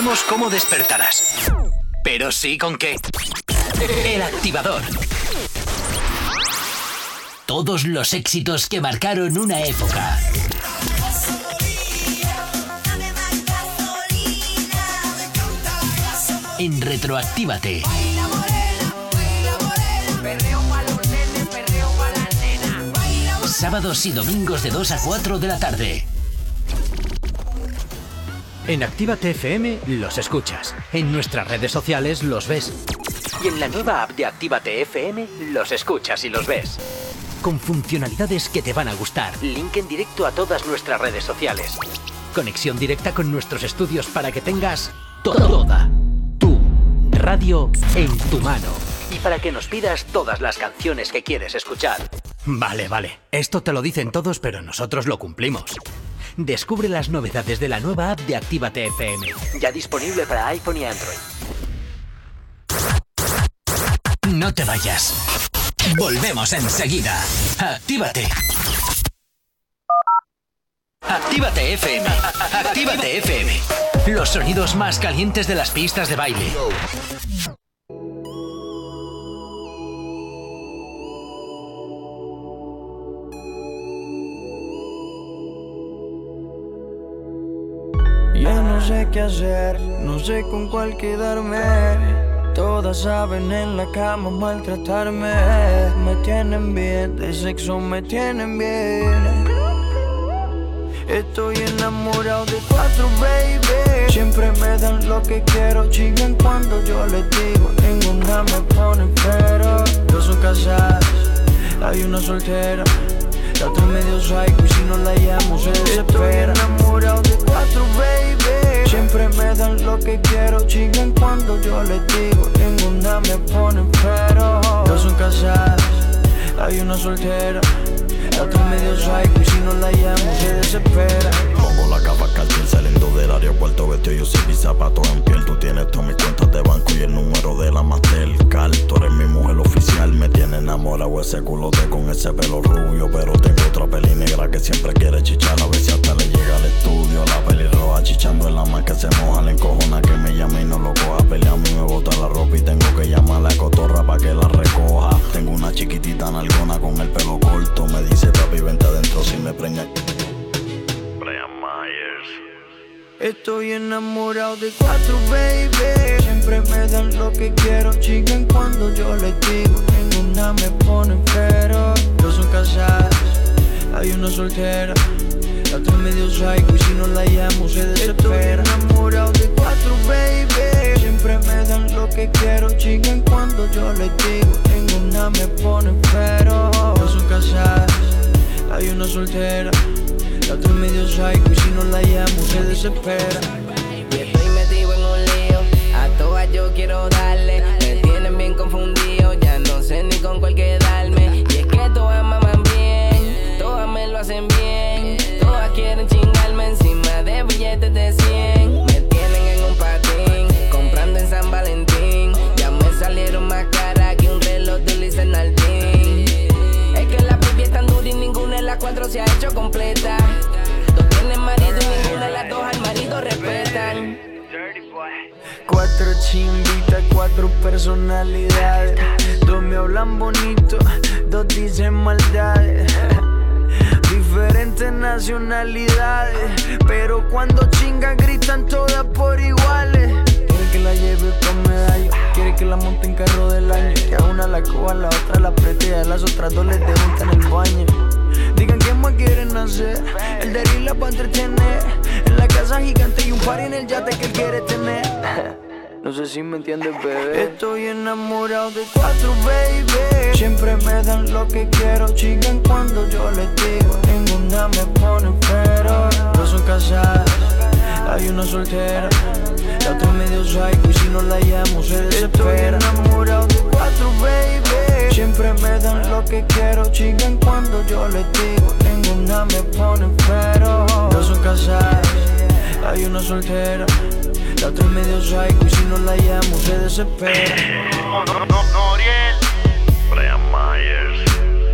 sabemos cómo despertarás, pero sí con qué. El Activador. Todos los éxitos que marcaron una época. En Retroactívate. Sábados y domingos de 2 a 4 de la tarde. En Actívate FM los escuchas. En nuestras redes sociales los ves. Y en la nueva app de Actívate FM los escuchas y los ves. Con funcionalidades que te van a gustar. Link en directo a todas nuestras redes sociales. Conexión directa con nuestros estudios para que tengas toda tu radio en tu mano. Y para que nos pidas todas las canciones que quieres escuchar. Vale. Esto te lo dicen todos, pero nosotros lo cumplimos. Descubre las novedades de la nueva app de Actívate FM. Ya disponible para iPhone y Android. No te vayas. Volvemos enseguida. Actívate. Actívate FM. Actívate FM. Los sonidos más calientes de las pistas de baile. Ya no sé qué hacer, no sé con cuál quedarme. Todas saben en la cama maltratarme. Me tienen bien, de sexo me tienen bien. Estoy enamorado de 4, baby. Siempre me dan lo que quiero, chingan cuando yo les digo. Ninguna me pone pero. Dos son casadas, hay una soltera. La otra medio psycho y si no la llamo se desespera. Estoy enamorado de 4, baby. Siempre me dan lo que quiero, chingan cuando yo les digo. Ninguna me pone pero. Dos son casadas, hay una soltera. La otra medio psycho y si no la llamo se desespera. Pongo la capa cartel saliendo del aeropuerto, vestido yo sin mis zapatos en piel. Tú tienes todas mis cuentas de banco y el número de la Mastercard. Tú eres mi mujer oficial, me tiene enamorado ese culote con ese pelo rubio. Pero tengo otra peli negra que siempre quiere chichar. A ver si hasta le llega al estudio. La pelirroja chichando en la más que se moja. Le encojona que me llame y no lo coja. Pelea a mí me bota la ropa y tengo que llamar a la cotorra pa' que la recoja. Tengo una chiquitita nalgona con el pelo corto. Me dice papi vente adentro si me preña. Brian Myers. Estoy enamorado de 4, baby. Siempre me dan lo que quiero, chingan cuando yo les digo. Ninguna me pone pero. Dos son casadas, hay una soltera. La otra medio psycho y si no la llamo se desespera. Estoy enamorado de 4, baby. Siempre me dan lo que quiero, chingan cuando yo les digo. Ninguna me pone pero. Dos son casadas, hay una soltera. La otra medio psycho y si no la llamo se desespera. Y estoy metido en un lío, a todas yo quiero darle. Me tienen bien confundido, ya no sé ni con cuál quedarme. Y es que todas maman bien, todas me lo hacen bien. Todas quieren chingarme encima de billetes de 100. Me tienen en un patín, comprando en San Valentín. Ya me salieron más caras que un reloj de Luis Nardín. Es que la pipi es tan dura y ninguna de las 4 se ha hecho completa. Dos tienen marido y ninguna de las 2 al marido respetan. 4 chimbitas, 4 personalidades. 2 me hablan bonito, 2 dicen maldades. Diferentes nacionalidades, pero cuando chingan gritan todas por iguales. Quiere que la lleve con medallo, quiere que la monte en carro del año. Que a una la coja, a la otra la apriete y a las otras 2 les debuta en el baño. Digan qué más quieren hacer, el de la pa' entretener. En la casa gigante y un party en el yate que él quiere tener. No sé si me entiendes, bebé. Estoy enamorado de 4, baby. Siempre me dan lo que quiero, chingan cuando yo les digo. Ninguna me pone pero. Dos son casadas, hay una soltera. La otra medio psycho y si no la llamo se desespera. Estoy enamorado de 4, baby. Siempre me dan lo que quiero, chingan cuando yo les digo. Ninguna me pone pero. Dos son casadas, hay una soltera. La otra medio psycho y si no la llamo se desespera. Noriel. Brian Myers.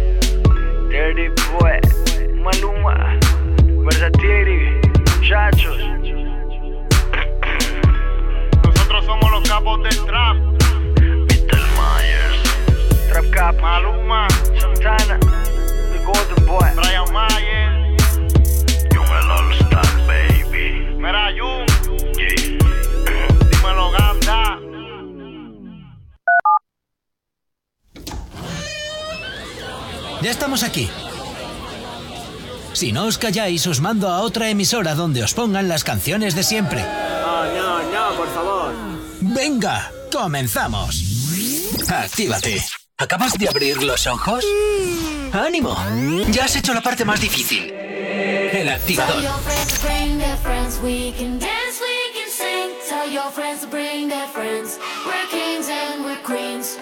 Dirty Boy, Maluma, Versatiri, Chachos. Maluma, Santana, The Golden Boy, Brian Mayer, Jung el All-Star, baby. mira Jung, dímelo Ganda. Ya estamos aquí. Si no os calláis, os mando a otra emisora donde os pongan las canciones de siempre. No, por favor. ¡Venga! ¡Comenzamos! Actívate. ¿Acabas de abrir los ojos? ¡Ánimo! Ya has hecho la parte más difícil. El activador. Tell your friends to bring their friends. We can dance, we can sing. Tell your friends to bring their friends. We're kings and we're queens.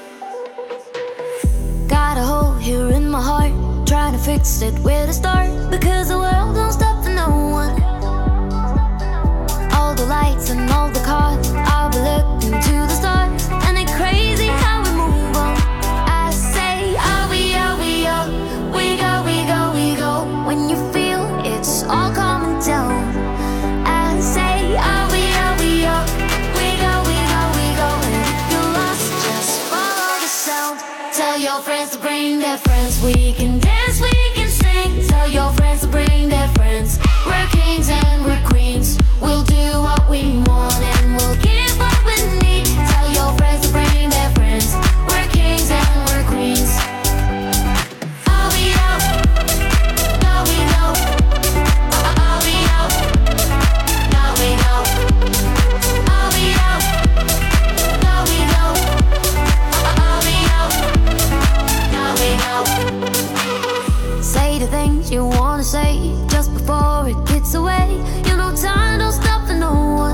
Got a hole here in my heart. Trying to fix it, where to start? Because the world don't stop for no one. All the lights and all the cars, I'll be looking to the stars. And it's crazy how we move on. I say, are we, we go, we go, we go. When you feel it's all coming down. I say, are we, we go, we go, we go. And if you're lost, just follow the sound. Tell your friends to bring their friends. We can dance, we can sing. Tell your friends to bring their friends. We're kings and we're queens. We'll do what we want and we'll give what we need. Tell your friends to bring their friends. We're kings and we're queens. Are we out? No, we know. Are we out? No, we know. Are we out? No, we know. Are we out? No, we know. Say the things you wanna say just before it gets away. You know time don't stop for no one.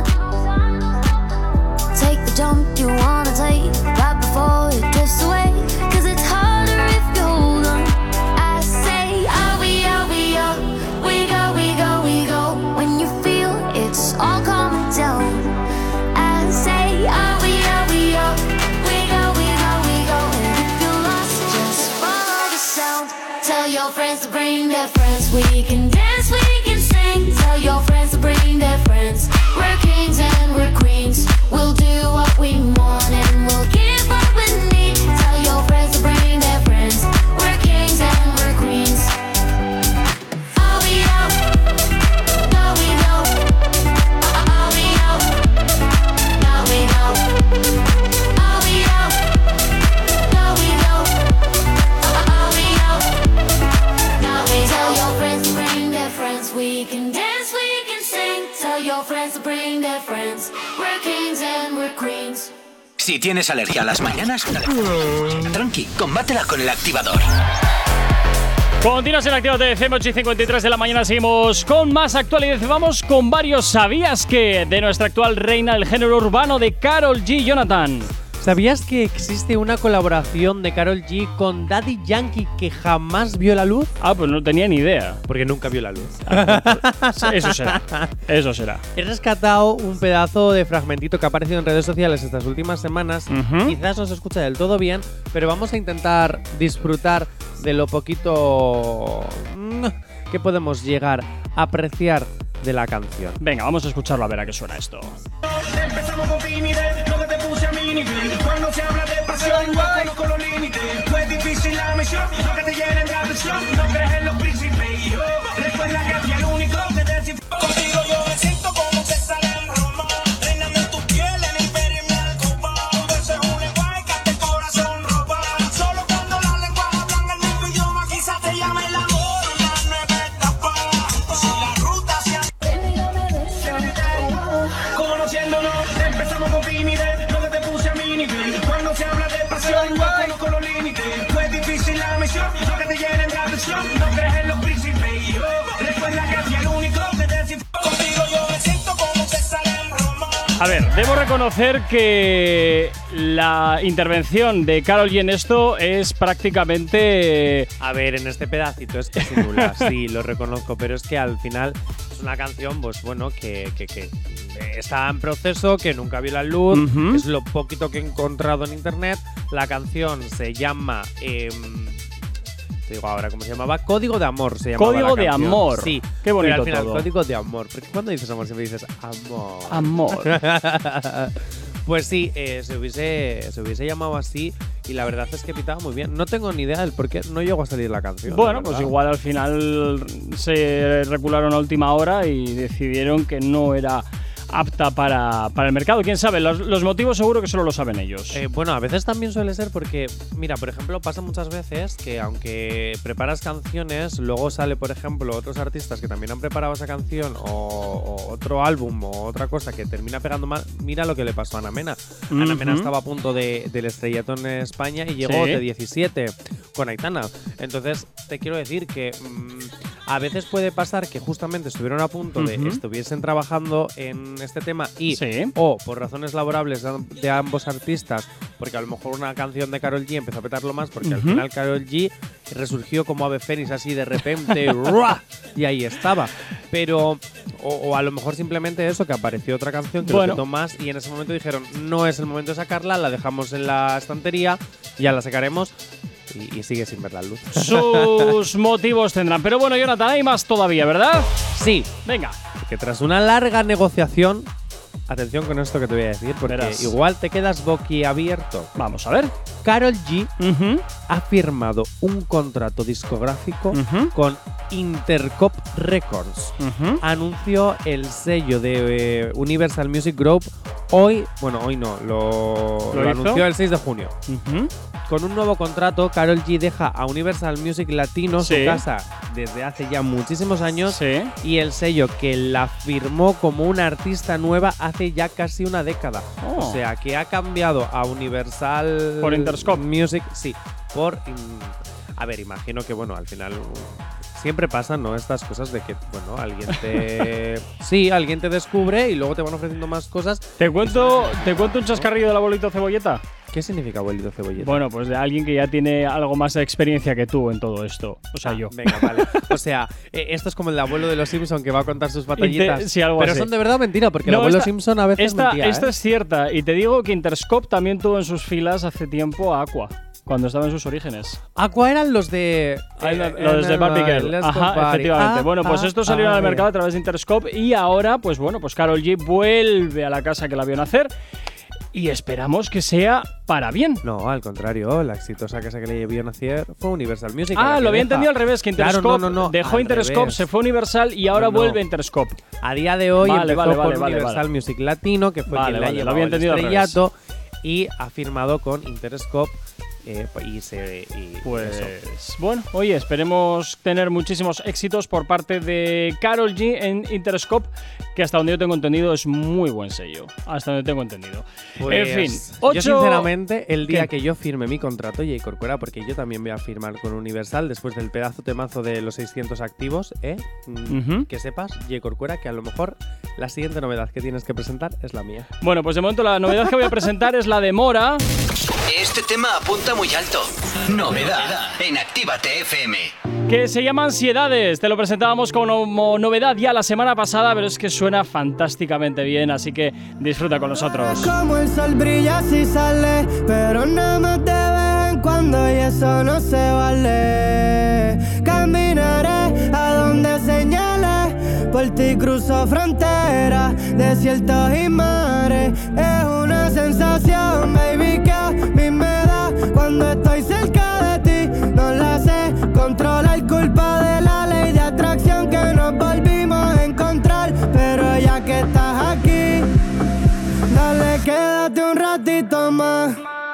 Take the jump you wanna take right before it drifts away. Cause it's harder if you hold on. I say, are we, we go, we go, we go. When you feel it's all coming down. I say, are we, we go, we go, we go. And if you're lost, just follow the sound. Tell your friends to bring their friends. We can dance, we can sing. Tell your friends to bring their friends. We're kings and we're queens. We'll do what we want and we'll give what we need. Tell your friends to bring their friends. We're kings and we're queens. Are we out? No, we know. Are we out? No, we know. Are we out? No, we know. Are we out? No, we know. Tell your friends to bring their friends. We can dance, we can sing. Tell your friends to bring their friends. We're kings and we're queens. Si tienes alergia a las mañanas, tranqui, combátela con el activador. Continuas en Actívate FM, 8:53 de la mañana. Seguimos con más actualidad. Vamos con varios ¿sabías que? De nuestra actual reina del género urbano, de Karol G. Jonathan. ¿Sabías que existe una colaboración de Karol G con Daddy Yankee que jamás vio la luz? Ah, pues no tenía ni idea. Porque nunca vio la luz. Eso será. Eso será. He rescatado un pedazo de fragmentito que ha aparecido en redes sociales estas últimas semanas. Quizás no se escucha del todo bien, pero vamos a intentar disfrutar de lo poquito que podemos llegar a apreciar de la canción. Venga, vamos a escucharlo a ver a qué suena esto. Empezamos con timidez, lo que te puse a mi nivel. Cuando se habla de pasión, no conozco los límites. Fue difícil la misión, lo que te llena en la presión. No crees en los príncipes y yo recuerda que fui el único que te descifró. Contigo yo me siento como que sale en Roma. Reinando en tu piel, el imperio y mi alcoba. Un beso es un lenguaje que hasta el corazón roba. Solo cuando las lenguas hablan el mismo idioma, quizás te llame el amor, una nueva etapa. Si la ruta se hace conociéndonos, empezamos con timidez, lo que te puse a mi nivel. Cuando se habla de pasión, no conozco los límites. Fue difícil la misión, lo que te llena en la presión. No crees en los príncipes y yo recuerda que fui el único que te descifró. Contigo yo me siento como que sale en Roma. A ver, debo reconocer que la intervención de Karol G en esto es prácticamente… A ver, en este pedacito es que sin nula, sí, lo reconozco, pero es que al final es una canción, pues bueno, que está en proceso, que nunca vio la luz, es lo poquito que he encontrado en internet. La canción se llama… te digo ahora cómo se llamaba. Código de amor se llamaba. Código de amor. Sí. Qué bonito pero al final, todo. Código de amor. Porque cuando dices amor siempre dices amor. Amor. Pues sí, se hubiese llamado así y la verdad es que pitaba muy bien. No tengo ni idea del por qué no llegó a salir la canción. Bueno, pues igual al final se recularon a última hora y decidieron que no era apta para el mercado. ¿Quién sabe? Los motivos seguro que solo lo saben ellos. Bueno, a veces también suele ser porque, mira, por ejemplo, pasa muchas veces que aunque preparas canciones, luego sale, por ejemplo, otros artistas que también han preparado esa canción o otro álbum o otra cosa que termina pegando mal. Mira lo que le pasó a Ana Mena. Ana Mena estaba a punto del estrellato en España y llegó de 17 con Aitana. Entonces, te quiero decir que a veces puede pasar que justamente estuvieron a punto de estuviesen trabajando en este tema y o por razones laborables de ambos artistas, porque a lo mejor una canción de Karol G empezó a petarlo más porque al final Karol G resurgió como ave fénix así de repente y ahí estaba. Pero o a lo mejor simplemente eso, que apareció otra canción que lo petó más y en ese momento dijeron no es el momento de sacarla, la dejamos en la estantería, ya la sacaremos. Y sigue sin ver la luz. Sus motivos tendrán. Pero bueno, Jonathan, hay más todavía, ¿verdad? Sí. Venga. Que tras una larga negociación, atención con esto que te voy a decir, porque igual te quedas boquiabierto. Vamos a ver. Karol G ha firmado un contrato discográfico con Interpop Records. Anunció el sello de Universal Music Group hoy no, lo anunció el 6 de junio. Con un nuevo contrato, Karol G deja a Universal Music Latino su casa desde hace ya muchísimos años y el sello que la firmó como una artista nueva hace ya casi una década. O sea, que ha cambiado a Universal por Interscope Music, por a ver, imagino que bueno, al final siempre pasan, ¿no? Estas cosas de que, bueno, alguien te descubre y luego te van ofreciendo más cosas. ¿Te cuento un chascarrillo del abuelito Cebolleta? ¿Qué significa abuelito Cebolleta? Bueno, pues de alguien que ya tiene algo más de experiencia que tú en todo esto. O sea, yo. Venga, vale. O sea, esto es como el abuelo de los Simpson que va a contar sus batallitas. Sí, algo pero así. ¿Son de verdad o mentira? Porque el abuelo Simpson a veces mentía. Esta es cierta. Y te digo que Interscope también tuvo en sus filas hace tiempo a Aqua. Cuando estaba en sus orígenes. Aqua eran los de… los de Barbie Girl. Ajá, efectivamente. Bueno, pues estos salieron al mercado a través de Interscope y ahora, pues bueno, pues Karol G vuelve a la casa que la vio nacer y esperamos que sea para bien. No, al contrario, la exitosa casa que le vio nacer fue Universal Music. Lo había entendido al revés, que Interscope dejó Interscope, revés. Se fue Universal y ahora vuelve a Interscope. A día de hoy empezó con Universal Music Latino, que fue quien le ha llevado el estrellato, y ha firmado con Interscope. Bueno, oye, esperemos tener muchísimos éxitos por parte de Karol G en Interscope, que hasta donde yo tengo entendido es muy buen sello. Hasta donde tengo entendido. Pues, en fin, yo sinceramente, el día que yo firme mi contrato, J. Corcuera, porque yo también voy a firmar con Universal después del pedazo temazo de los 600 activos, que sepas, J. Corcuera, que a lo mejor la siguiente novedad que tienes que presentar es la mía. Bueno, pues de momento la novedad que voy a presentar es la de Mora. Este tema apunta muy alto. Novedad en Actívate FM. Que se llama Ansiedades. Te lo presentábamos como novedad ya la semana pasada, pero es que suena fantásticamente bien, así que disfruta con nosotros. Como el sol brilla si sale, pero nada más de vez en cuando y eso no se vale. Caminaré a donde señale, por ti cruzo fronteras, desiertos y mares. Es una sensación, baby, que a mí me da cuando estoy cerca de ti. No la sé controlar, culpa de la ley de atracción que nos volvimos a encontrar. Pero ya que estás aquí, dale, quédate un ratito más.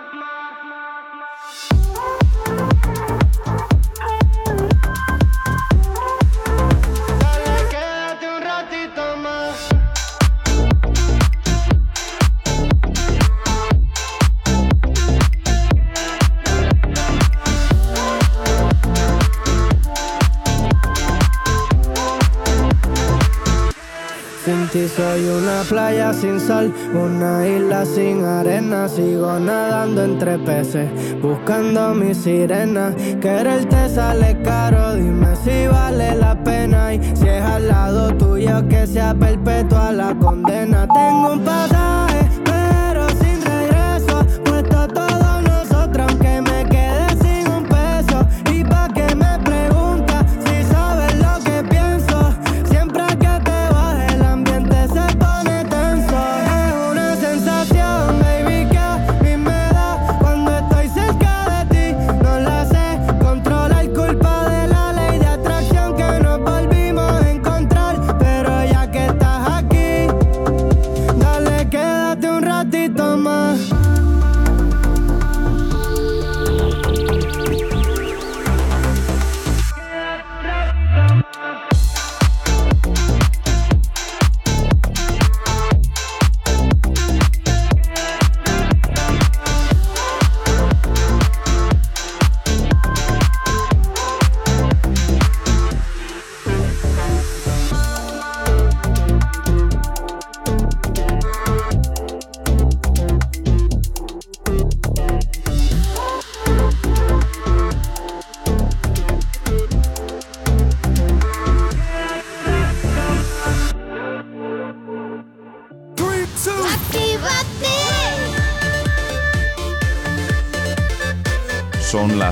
Sin ti soy una playa sin sal, una isla sin arena. Sigo nadando entre peces, buscando mi sirena. Quererte sale caro, dime si vale la pena. Y si es al lado tuyo, que sea perpetua la condena. Tengo un pasaje, pero sin regreso, puesto todo nosotros, aunque me quede sin un peso. Y pa' que me preguntas si sabes lo que pienso, siempre que te vas el ambiente se pone tenso. Es una sensación, baby, que a mí me da cuando estoy cerca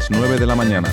las 9 de la mañana.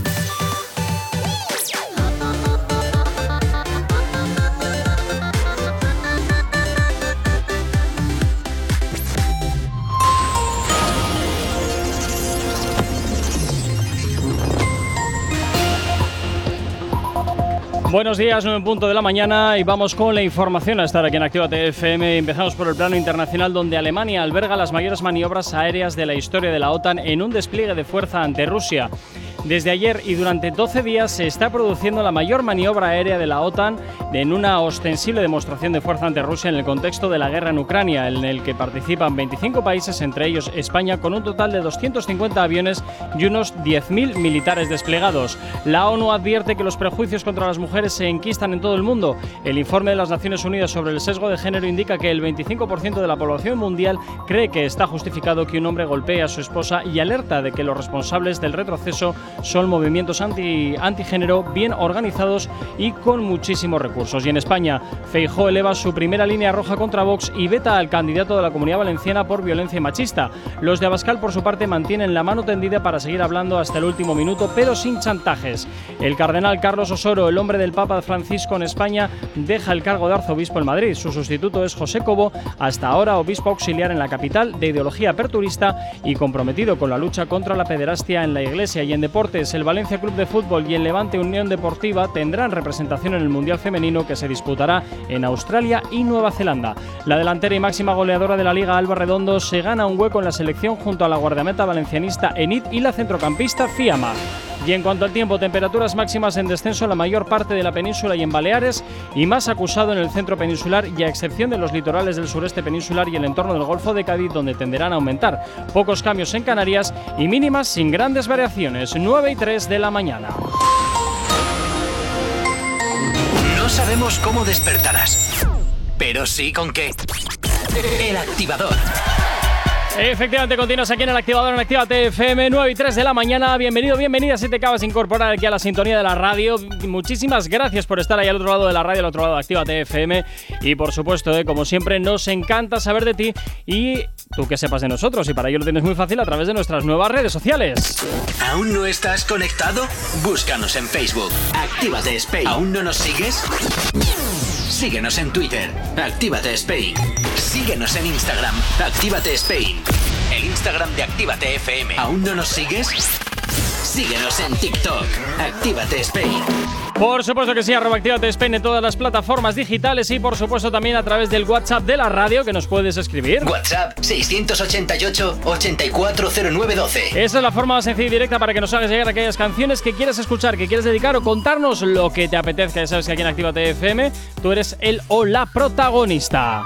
Buenos días, 9 en punto de la mañana y vamos con la información a estar aquí en Actívate FM. Empezamos por el plano internacional, donde Alemania alberga las mayores maniobras aéreas de la historia de la OTAN en un despliegue de fuerza ante Rusia. Desde ayer y durante 12 días se está produciendo la mayor maniobra aérea de la OTAN en una ostensible demostración de fuerza ante Rusia en el contexto de la guerra en Ucrania, en el que participan 25 países, entre ellos España, con un total de 250 aviones y unos 10.000 militares desplegados. La ONU advierte que los prejuicios contra las mujeres se enquistan en todo el mundo. El informe de las Naciones Unidas sobre el sesgo de género indica que el 25% de la población mundial cree que está justificado que un hombre golpee a su esposa y alerta de que los responsables del retroceso son movimientos antigénero bien organizados y con muchísimos recursos. Y en España, Feijóo eleva su primera línea roja contra Vox y veta al candidato de la Comunidad Valenciana por violencia machista. Los de Abascal, por su parte, mantienen la mano tendida para seguir hablando hasta el último minuto, pero sin chantajes. El cardenal Carlos Osoro, el hombre del Papa Francisco en España, deja el cargo de arzobispo en Madrid. Su sustituto es José Cobo, hasta ahora obispo auxiliar en la capital, de ideología aperturista y comprometido con la lucha contra la pederastia en la Iglesia. Y en deportes, el Valencia Club de Fútbol y el Levante Unión Deportiva tendrán representación en el Mundial Femenino, que se disputará en Australia y Nueva Zelanda. La delantera y máxima goleadora de la Liga, Alba Redondo, se gana un hueco en la selección junto a la guardameta valencianista Enid y la centrocampista Fiamma. Y en cuanto al tiempo, temperaturas máximas en descenso en la mayor parte de la península y en Baleares, y más acusado en el centro peninsular, y a excepción de los litorales del sureste peninsular y el entorno del Golfo de Cádiz, donde tenderán a aumentar. Pocos cambios en Canarias y mínimas sin grandes variaciones. 9 y 3 de la mañana. No sabemos cómo despertarás, pero sí con qué. El Activador. Efectivamente, continúas aquí en el Activador, en Actívate FM, 9 y 3 de la mañana. Bienvenido, bienvenida si te acabas de incorporar aquí a la sintonía de la radio. Muchísimas gracias por estar ahí al otro lado de la radio, al otro lado de Actívate FM. Y por supuesto, como siempre, nos encanta saber de ti y tú que sepas de nosotros. Y para ello lo tienes muy fácil a través de nuestras nuevas redes sociales. ¿Aún no estás conectado? Búscanos en Facebook. Actívate Spain. ¿Aún no nos sigues? Síguenos en Twitter. Actívate Spain. Síguenos en Instagram. Actívate Spain. El Instagram de Actívate FM. ¿Aún no nos sigues? Síguenos en TikTok. Actívate Spain. Por supuesto que sí, @Actívate Spain en todas las plataformas digitales y por supuesto también a través del WhatsApp de la radio, que nos puedes escribir. WhatsApp 688-840912. Esa es la forma más sencilla y directa para que nos hagas llegar aquellas canciones que quieres escuchar, que quieres dedicar o contarnos lo que te apetezca. Ya sabes que aquí en Actívate FM tú eres el o la protagonista.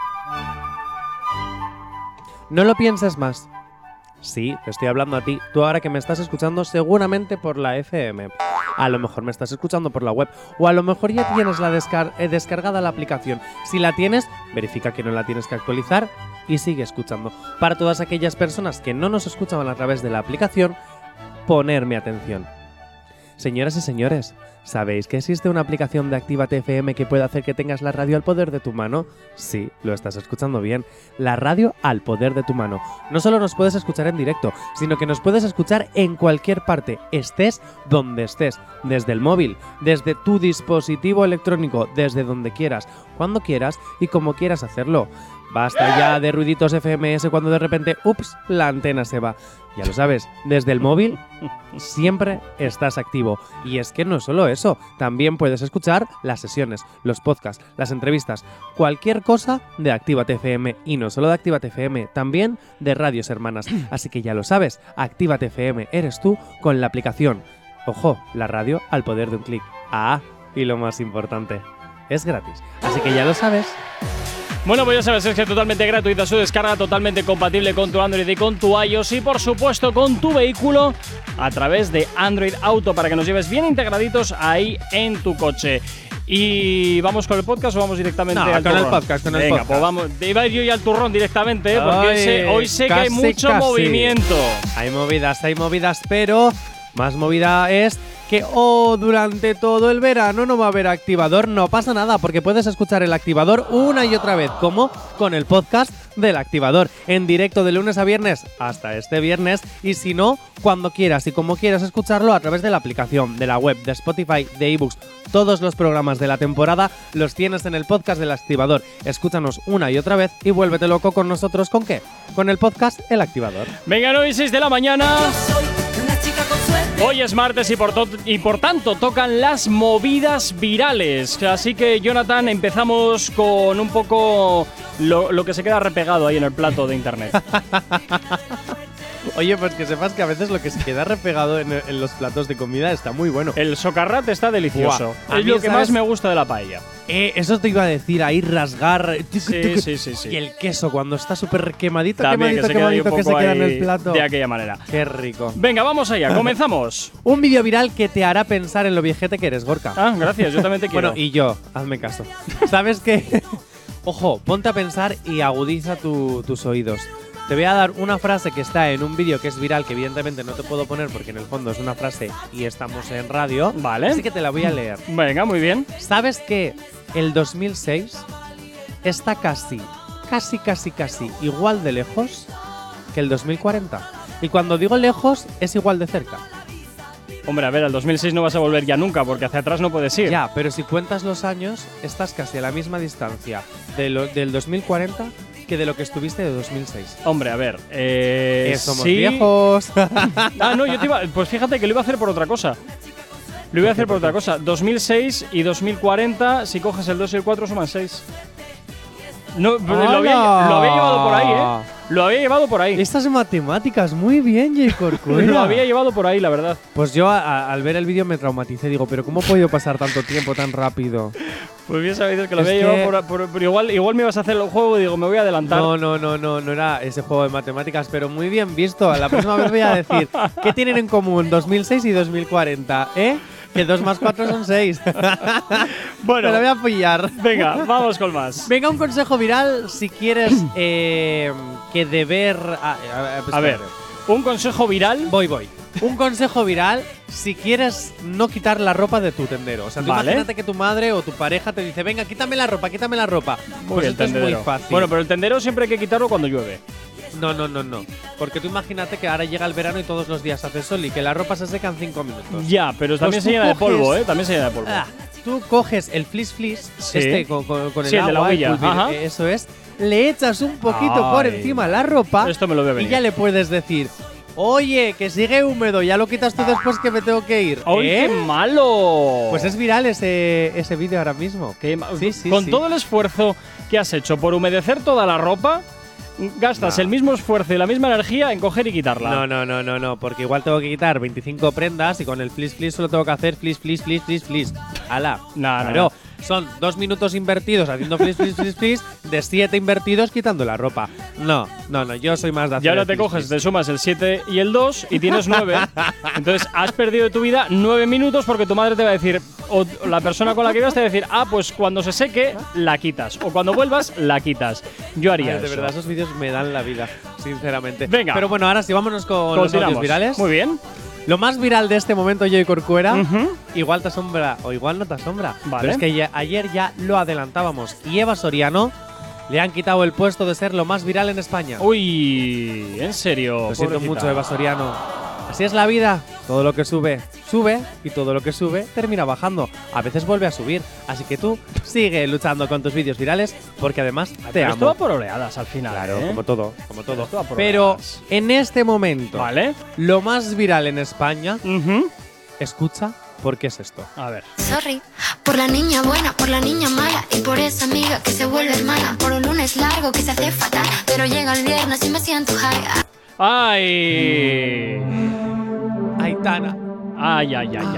No lo pienses más. Sí, te estoy hablando a ti. Tú ahora que me estás escuchando seguramente por la FM. A lo mejor me estás escuchando por la web. O a lo mejor ya tienes descargada la aplicación. Si la tienes, verifica que no la tienes que actualizar y sigue escuchando. Para todas aquellas personas que no nos escuchan a través de la aplicación, ponerme atención. Señoras y señores, ¿sabéis que existe una aplicación de Actívate FM que puede hacer que tengas la radio al poder de tu mano? Sí, lo estás escuchando bien. La radio al poder de tu mano. No solo nos puedes escuchar en directo, sino que nos puedes escuchar en cualquier parte, estés donde estés, desde el móvil, desde tu dispositivo electrónico, desde donde quieras, cuando quieras y como quieras hacerlo. Basta ya de ruiditos FMS cuando de repente, ups, la antena se va. Ya lo sabes, desde el móvil siempre estás activo. Y es que no es solo eso, también puedes escuchar las sesiones, los podcasts, las entrevistas, cualquier cosa de Actívate FM. Y no solo de Actívate FM, también de radios hermanas. Así que ya lo sabes, Actívate FM eres tú con la aplicación. Ojo, la radio al poder de un clic. Ah, y lo más importante, es gratis. Así que ya lo sabes. Bueno, pues ya sabes, es que es totalmente gratuita su descarga, totalmente compatible con tu Android y con tu iOS y por supuesto con tu vehículo a través de Android Auto para que nos lleves bien integraditos ahí en tu coche. ¿Y vamos con el podcast o vamos directamente al turrón? Con el podcast, con el Venga, podcast. Pues vamos, iba a ir yo ya al turrón directamente, porque hoy sé que hay mucho movimiento. Hay movidas, pero más movida es que durante todo el verano no va a haber activador. No pasa nada, porque puedes escuchar el activador una y otra vez, como con el podcast del activador, en directo de lunes a viernes hasta este viernes, y si no, cuando quieras y como quieras escucharlo a través de la aplicación, de la web, de Spotify, de ebooks. Todos los programas de la temporada los tienes en el podcast del activador. Escúchanos una y otra vez y vuélvete loco con nosotros. ¿Con qué? Con el podcast El Activador. Venga, 9:06 de la mañana. Hoy es martes y por tanto tocan las movidas virales. Así que, Jonathan, empezamos con un poco lo que se queda repegado ahí en el plato de internet. Oye, pues que sepas que a veces lo que se queda repegado en los platos de comida está muy bueno. El socarrat está delicioso. Buah. Es lo que más me gusta de la paella. Eso te iba a decir, ahí rasgar. Sí. Y el queso cuando está súper quemadito, También quemadito, que se queda en el plato. De aquella manera. Qué rico. Venga, vamos allá, comenzamos. Un vídeo viral que te hará pensar en lo viejete que eres, Gorka. Ah, gracias, yo también te quiero. Bueno, y yo, hazme caso. ¿Sabes qué? Ojo, ponte a pensar y agudiza tus oídos. Te voy a dar una frase que está en un vídeo que es viral, que evidentemente no te puedo poner porque en el fondo es una frase y estamos en radio. Vale. Así que te la voy a leer. Venga, muy bien. ¿Sabes que el 2006 está casi igual de lejos que el 2040? Y cuando digo lejos, es igual de cerca. Hombre, a ver, al 2006 no vas a volver ya nunca, porque hacia atrás no puedes ir. Ya, pero si cuentas los años, estás casi a la misma distancia del 2040 que de lo que estuviste de 2006. Hombre, a ver, somos sí. viejos. No, yo te iba… Pues fíjate que lo iba a hacer por otra cosa. Lo iba a hacer por otra cosa. 2006 y 2040, si coges el 2 y el 4, suman 6. No, lo había llevado por ahí, ¿eh? Lo había llevado por ahí. Estas matemáticas, muy bien, Jay Corcuera. Lo había llevado por ahí, la verdad. Pues yo al ver el vídeo me traumaticé. Digo, ¿pero cómo he podido pasar tanto tiempo tan rápido? Pues bien sabido que lo había llevado por igual me ibas a hacer el juego y digo, me voy a adelantar. No era ese juego de matemáticas, pero muy bien visto. La próxima vez voy a decir, ¿qué tienen en común 2006 y 2040? Que 2 más 4 son 6. Bueno, te lo voy a pillar. Venga, vamos con más. Venga, un consejo viral si quieres que deber… A ver, un consejo viral. Voy. Un consejo viral si quieres no quitar la ropa de tu tendero. O sea, tú imagínate que tu madre o tu pareja te dice, venga, quítame la ropa. Pues esto es muy fácil. Bueno, pero el tendero siempre hay que quitarlo cuando llueve. No. Porque tú imagínate que ahora llega el verano y todos los días hace sol y que la ropa se seca en 5 minutos. Ya, pero también se llena de polvo, ¿eh? También se llena de polvo. Tú coges el flis, sí. con el sí, agua, de la huilla. Eso es. Le echas un poquito por encima la ropa. Esto me lo veo venir. Y ya le puedes decir, oye, que sigue húmedo, ya lo quitas tú después que me tengo que ir. ¡Ay, qué malo! Pues es viral ese vídeo ahora mismo. Con todo el esfuerzo que has hecho por humedecer toda la ropa, gastas el mismo esfuerzo y la misma energía en coger y quitarla. No, porque igual tengo que quitar 25 prendas y con el flis solo tengo que hacer flis. ¡Hala! No. Son 2 minutos invertidos haciendo flis, de 7 invertidos quitando la ropa. No, yo soy más de hacer. Y ahora te coges, te sumas el 7 y el 2 y tienes 9. Entonces has perdido de tu vida 9 minutos porque tu madre te va a decir, o la persona con la que ibas te va a decir, pues cuando se seque, la quitas. O cuando vuelvas, la quitas. Yo haría eso. De verdad, esos vídeos me dan la vida, sinceramente. Venga. Pero bueno, ahora sí, vámonos con los audios virales. Muy bien. Lo más viral de este momento, Joy Corcuera, igual te asombra o igual no te asombra. Vale. Pero es que ayer ya lo adelantábamos. Y Eva Soriano le han quitado el puesto de ser lo más viral en España. Uy, en serio. Lo siento mucho, Eva Soriano. Así es la vida. Todo lo que sube, sube. Y todo lo que sube, termina bajando. A veces vuelve a subir. Así que tú sigue luchando con tus vídeos virales, porque además te amo. Esto va por oleadas al final. Claro, como todo. Pero oleadas. En este momento, ¿vale? Lo más viral en España, escucha, ¿por qué es esto? A ver. Sorry, por la niña buena, por la niña mala y por esa amiga que se vuelve hermana, por un lunes largo que se hace fatal, pero llega el viernes y me siento high. ¡Ay! Aitana. Ay.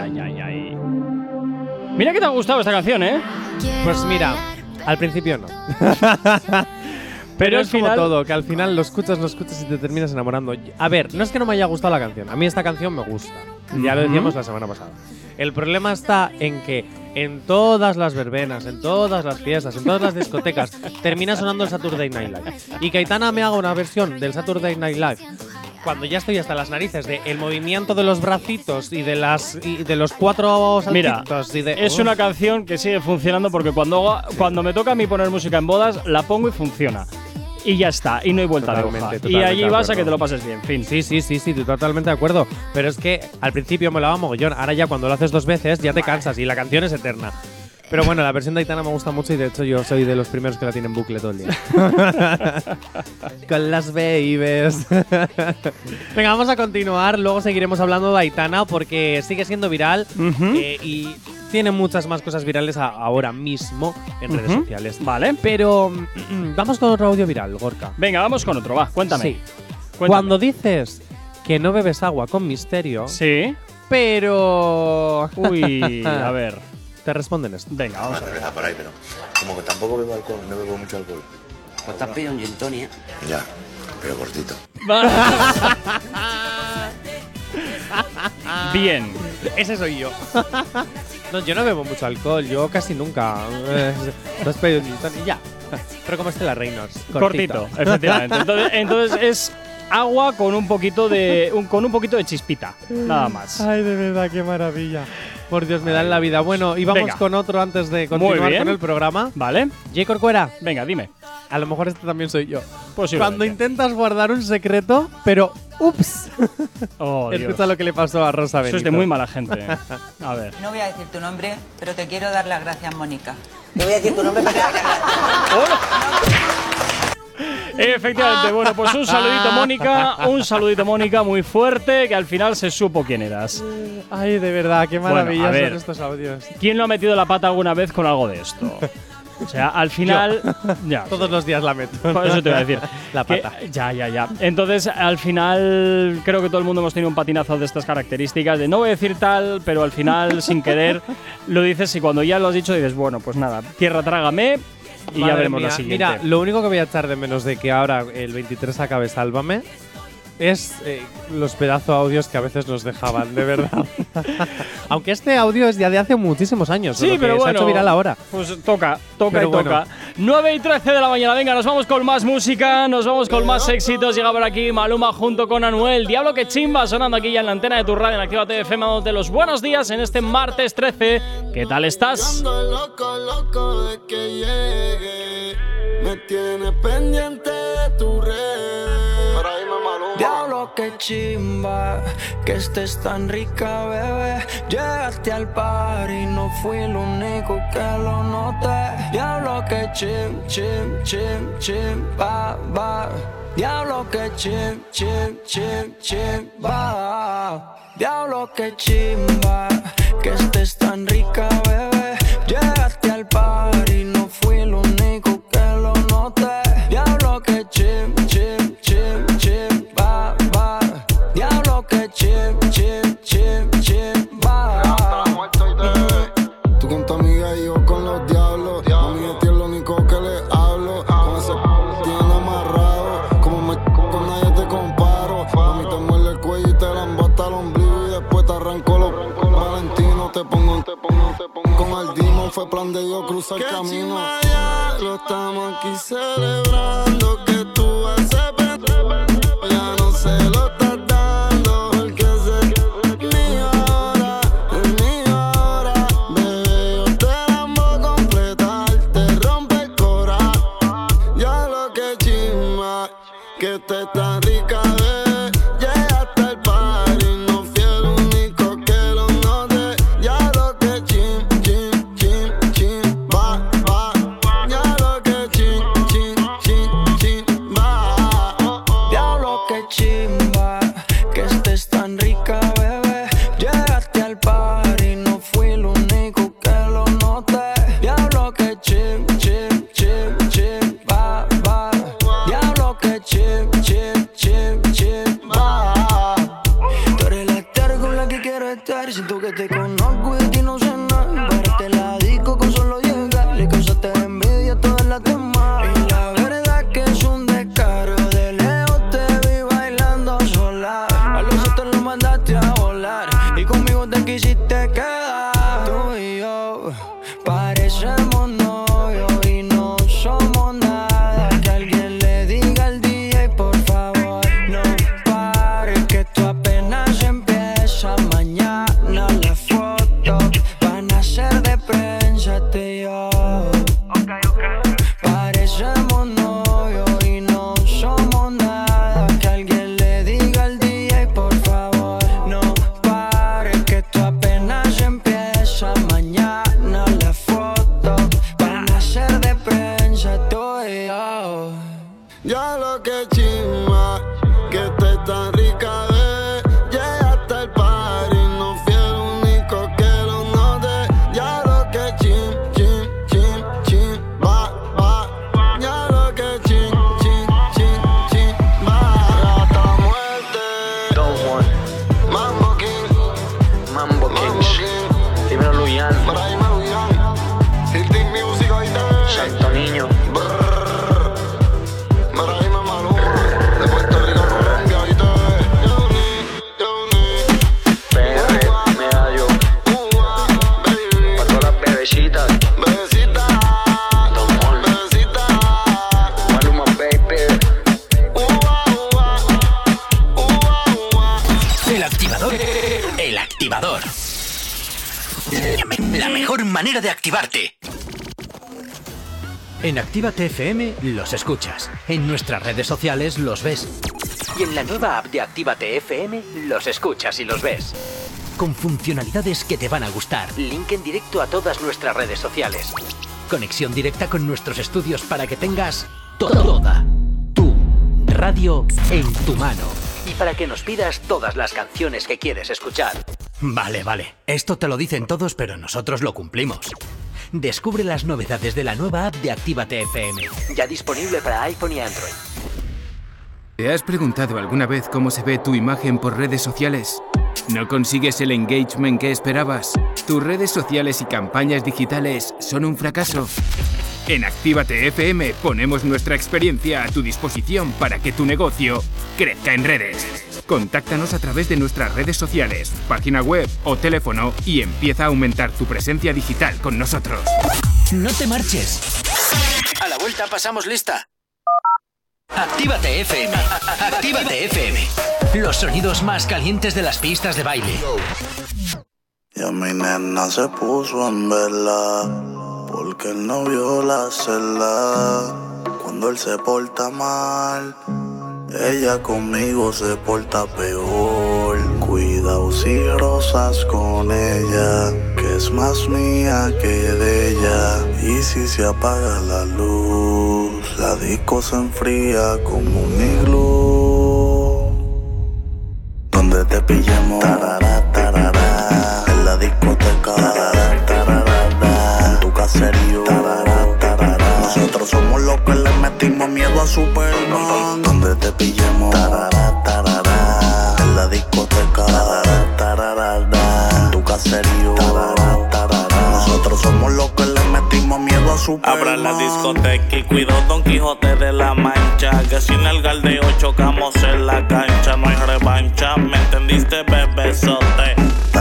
Mira que te ha gustado esta canción, ¿eh? Pues mira, al principio no. Pero es como todo, que al final lo escuchas y te terminas enamorando. A ver, no es que no me haya gustado la canción. A mí esta canción me gusta. Ya lo decíamos la semana pasada. El problema está en que en todas las verbenas, en todas las fiestas, en todas las discotecas, termina sonando el Saturday Night Live. Y que Aitana me haga una versión del Saturday Night Live cuando ya estoy hasta las narices de el movimiento de los bracitos y de los 4 saltitos. Mira, es una canción que sigue funcionando porque cuando me toca a mí poner música en bodas, la pongo y funciona. Y ya está, y no hay vuelta de hoja. Y allí vas a que te lo pases bien, fin. Sí, totalmente de acuerdo. Pero es que al principio me molaba mogollón. Ahora ya cuando lo haces 2 veces ya te cansas y la canción es eterna. Pero bueno, la versión de Aitana me gusta mucho y de hecho yo soy de los primeros que la tienen en bucle todo el día. Con las babies. Venga, vamos a continuar. Luego seguiremos hablando de Aitana porque sigue siendo viral y tiene muchas más cosas virales ahora mismo en redes sociales. Vale. Pero vamos con otro audio viral, Gorka. Venga, vamos con otro, va, cuéntame. Sí. Cuando dices que no bebes agua con misterio… Sí. Pero… Uy, a ver… Te responden esto. Venga, vamos a ver. Por ahí, pero como que tampoco bebo alcohol, no bebo mucho alcohol. Pues te has pedido un gin tonic, ¿eh? Ya, pero cortito. Bien. Ese soy yo. No, yo no bebo mucho alcohol, yo casi nunca. Te has pedido un gin tonic y ya. Pero como Estela Reynolds. Cortito, efectivamente. Entonces es agua con un poquito de chispita, nada más. Ay, de verdad, qué maravilla. Por Dios, me dan la vida. Bueno, y vamos con otro antes de continuar con el programa. Vale. J. Corcuera. Venga, dime. A lo mejor este también soy yo. Posiblemente. Cuando intentas guardar un secreto, pero ¡ups! Oh, escucha lo que le pasó a Rosa Benito. Eso es de muy mala gente. A ver. No voy a decir tu nombre, pero te quiero dar las gracias, Mónica. No voy a decir tu nombre, pero te voy a dar las gracias. Efectivamente, bueno, pues un saludito Mónica muy fuerte, que al final se supo quién eras. Ay, de verdad, qué maravilla son estos audios. ¿Quién no ha metido la pata alguna vez con algo de esto? O sea, al final… ya, todos los días la meto. Por eso te voy a decir. La pata. Ya. Entonces, al final, creo que todo el mundo hemos tenido un patinazo de estas características. De no voy a decir tal, pero al final, sin querer, lo dices y cuando ya lo has dicho dices, bueno, pues nada, tierra trágame y ya veremos la siguiente. Mira, lo único que voy a echar de menos de que ahora el 23 acabe Sálvame es los pedazos audios que a veces nos dejaban, de verdad. Aunque este audio es ya de hace muchísimos años. Sí, pero bueno, se ha hecho viral ahora. Pues toca. 9:13 de la mañana. Venga, nos vamos con más música, nos vamos con más éxitos. Llega por aquí Maluma junto con Anuel. Diablo que chimba, sonando aquí ya en la antena de tu radio en Actívate FM, dándote los buenos días en este martes 13. ¿Qué tal estás? Loco de que llegue. Me tienes pendiente de tu red. Diablo que chimba, que estés tan rica, bebé. Llegaste al par y no fui el único que lo noté. Diablo que chimba. Diablo que chimba. Diablo que chimba, que estés tan rica, bebé. Llegaste al par y no fui el único que lo noté. Diablo que chimba. Diablo que chimba. Tú con tu amiga y yo con los diablos. A mí es lo único que le hablo. Con ese tiene amarrado. Como con nadie te comparo. A mí te muerde el cuello y te la embata el ombligo. Y después te arranco los valentinos. Te pongo. Con el Dimon fue plan de Dios cruzar el camino. Ya lo estamos aquí celebrando. Que tú haces ya no se lo estás dando. Porque sé que es mi hora. Bebé, yo te la amo completar. Te rompe el cora. Ya lo que chimba, que te está rica, bebé. Llegaste al party, no fui el único que lo noté. Ya lo que chimba. Ya lo que chimba. Diablo que chimba, que estés tan rica, bebé. Llegaste al party, no fui el único que lo noté. Diablo que chimba. Diablo que chimba. Tú eres la estar con la que quiero estar. Siento que te conozco y de ti no sé nada. Pararte la disco con solo llegar. Le causaste envidia a todas las demás. Y la verdad que es un descaro. De lejos te vi bailando sola. A los otros los mandaste a volar. Y conmigo te quisiste quedar. Tú y yo parecemos novios y no somos nada. Que alguien le diga al DJ, por favor, no pare. Santo Niño. El activador. La mejor manera de activarte. En Actívate FM los escuchas. En nuestras redes sociales los ves. Y en la nueva app de Actívate FM los escuchas y los ves. Con funcionalidades que te van a gustar. Link en directo a todas nuestras redes sociales. Conexión directa con nuestros estudios para que tengas toda tu radio en tu mano. Y para que nos pidas todas las canciones que quieres escuchar. Vale. Esto te lo dicen todos, pero nosotros lo cumplimos. Descubre las novedades de la nueva app de Actívate FM. Ya disponible para iPhone y Android. ¿Te has preguntado alguna vez cómo se ve tu imagen por redes sociales? ¿No consigues el engagement que esperabas? ¿Tus redes sociales y campañas digitales son un fracaso? En Actívate FM ponemos nuestra experiencia a tu disposición para que tu negocio crezca en redes. Contáctanos a través de nuestras redes sociales, página web o teléfono y empieza a aumentar tu presencia digital con nosotros. No te marches. A la vuelta pasamos lista. Actívate FM. Actívate FM. Los sonidos más calientes de las pistas de baile. Ya mi nena se puso en vela porque el novio la cela. Cuando él se porta mal, ella conmigo se porta peor. Cuidado si rozas con ella, que es más mía que de ella. Y si se apaga la luz, la disco se enfría como un iglú. Donde te pillemos, tarara, tarara, en la discoteca, tarara, tarara, en tu caserío, tarara, tarara. Nosotros somos los que le metimos miedo a Superman. Donde te pillemos, tarara, tarara, en la discoteca, tarara, tarara, en tu caserío, tarara, tarara. Nosotros somos los que le metimos miedo a Superman. Abra la discoteca y cuido Don Quijote de la Mancha, que sin el galdeo chocamos en la cancha. No hay revancha, ¿me entendiste, bebesote?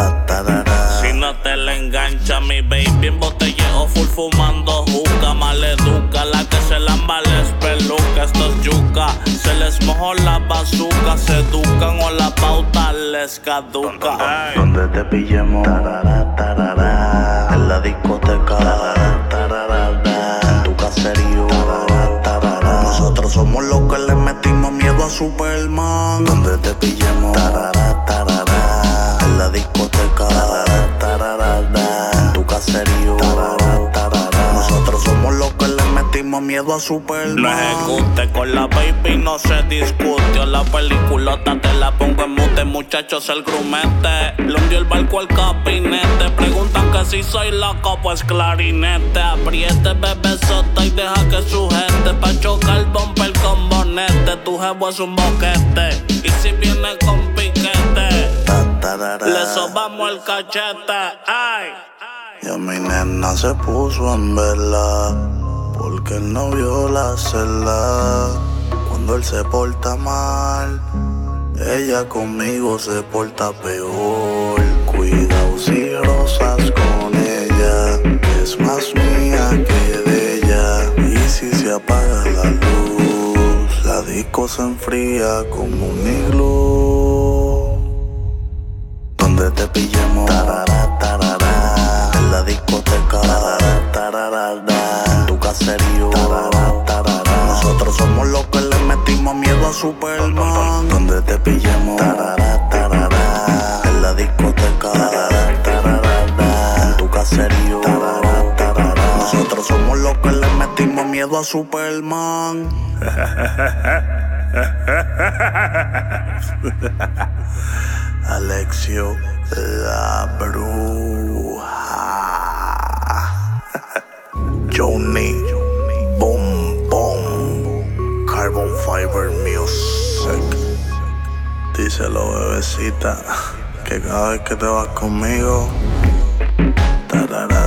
Si no te la engancha, mi baby en botelleo full fumando juca. Maleduca, la que se lamba les peluca. Esto es yuca, se les mojó la bazuca. Se educan o la pauta les caduca. Donde te pillemos, tarara, tarara, en la discoteca, tarara, tarara, en tu caserío, tarara, tarara. Nosotros somos los que le metimos miedo a Superman. Donde te pillemos, tarara, tarara, en la discoteca, tarara, tarara, en tu caserío, tarara, tarara. Nosotros somos los que le metimos miedo a Superman. No ejecute con la baby, no se discute. La peliculota te la pongo en mute, muchachos, el grumete le hundió el barco al capinete. Preguntan que si soy loco, pues clarinete. Apriete, bebesota, y deja que sujete. Pa' chocar el bumper con bonete. Tu jevo es un boquete, y si viene con piquete, le sobamos el cachete. Ay. Ya mi nena se puso en vela porque el novio la cela. Cuando él se porta mal, ella conmigo se porta peor. Cuidado si rozas con ella, que es más mía que de ella. Y si se apaga la luz, la disco se enfría como un iglú. Donde te pillemos, tarara, tarara, en la discoteca, tarara, tarara, en tu caserío, tarara, tarara. Nosotros somos los que le metimos miedo a Superman. Donde te pillemos, tarara, tarara, en la discoteca, tarara, tarara, en tu caserío, tarara, tarara. Nosotros somos los que le metimos miedo a Superman. Alexio, la bruja. Johnny, Boom Boom, Carbon Fiber Music. Díselo, bebecita, que cada vez que te vas conmigo, tarara.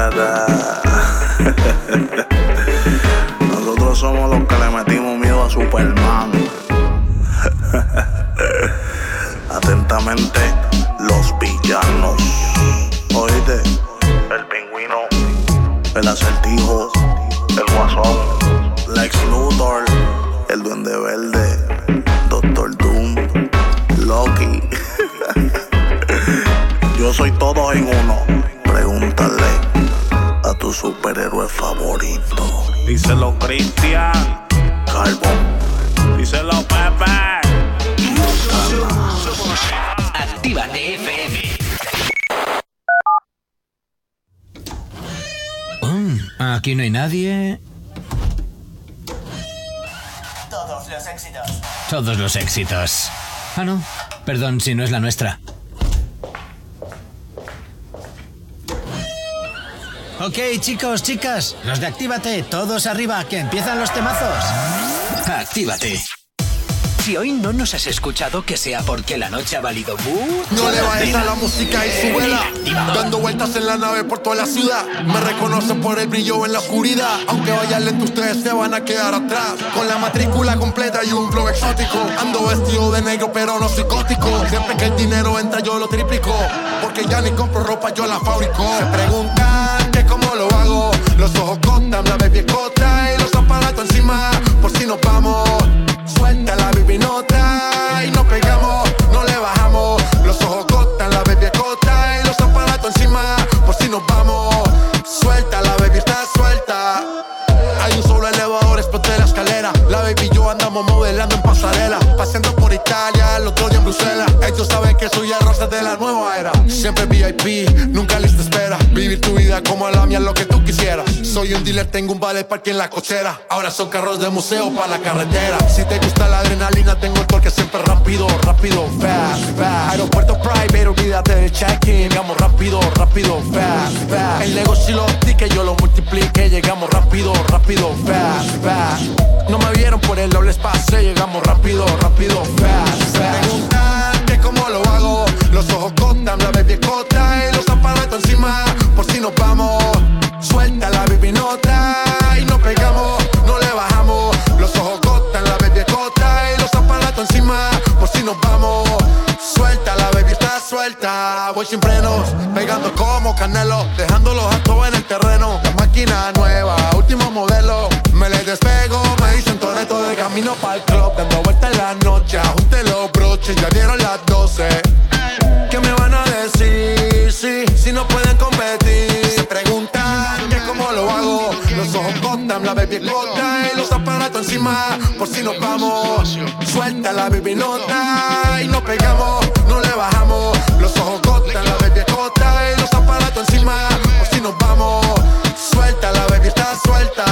Nosotros somos los que le metimos miedo a Superman. Atentamente, los villanos. Oíste, el pingüino, el acertijo, el guasón, Lex Luthor, el duende verde, Doctor Doom, Loki. Yo soy todo en uno. Pregúntale a tu superhéroe favorito. Díselo Cristian, Carbón. díselo Pepe. Actívate FM. Aquí no hay nadie. Todos los éxitos. Todos los éxitos. Ah, no. Perdón si no es la nuestra. Ok, chicos, chicas, los de Actívate, todos arriba, que empiezan los temazos. Actívate. Si hoy no nos has escuchado, que sea porque la noche ha valido mucho. No le bajes a la música y súbela. Dando vueltas en la nave por toda la ciudad. Me reconocen por el brillo en la oscuridad. Aunque vaya lento, ustedes se van a quedar atrás. Con la matrícula completa y un flow exótico. Ando vestido de negro pero no psicótico. Siempre que el dinero entra yo lo triplico. Porque ya ni compro ropa, yo la fabrico. Se preguntan que cómo lo hago. Los ojos contan, la baby escota y los aparatos encima. Por si nos vamos. Suelta la baby nota y nos pegamos, no le bajamos. Los ojos cortan, la baby escota y los aparatos encima. Por si nos vamos, suelta la baby está suelta. Hay un solo elevador, exploté la escalera. La baby y yo andamos modelando en pasarela. Paseando por Italia, los dos en Bruselas. Ellos saben que soy el rosa de la nueva era. Siempre VIP, nunca lista espera. Vivir tu vida como la mía, lo que tú quisieras. Soy un dealer, tengo un ballet parque en la cochera. Ahora son carros de museo para la carretera. Si te gusta la adrenalina, tengo el torque siempre rápido, rápido, fast, fast. Aeropuerto private, olvídate del check-in. Llegamos rápido, rápido, fast, fast. El negocio y los tickets yo lo multiplique. Llegamos rápido, rápido, fast, fast. No me vieron por el doble espacio. Llegamos rápido, rápido, fast, fast. Preguntan que cómo lo hago. Los ojos contan, la baby escota y los aparatos encima. Por si nos vamos. Suelta la baby nota y nos pegamos, no le bajamos. Los ojos cortan, la baby escota y los aparatos encima. Por si nos vamos, suelta la baby está suelta. Voy sin frenos, pegando como Canelo, dejando los actos en el terreno. La máquina nueva, último modelo. Me le despego, me dicen Toretto de camino pa'l club. Dando vueltas en la noche, ajunte los broches, ya dieron las 12. ¿Qué me van a decir? Si no pueden competir. Se preguntan que cómo lo hago. Los ojos cortan, la baby escota y los aparatos encima. Por si nos vamos, suelta la baby nota y nos pegamos, no le bajamos. Los ojos cortan, la baby escota y los aparatos encima. Por si nos vamos, suelta la baby está suelta.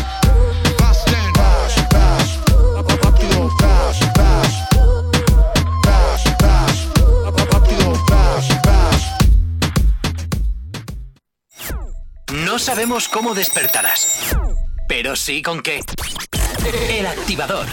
No sabemos cómo despertarás, pero sí con qué. El Activador.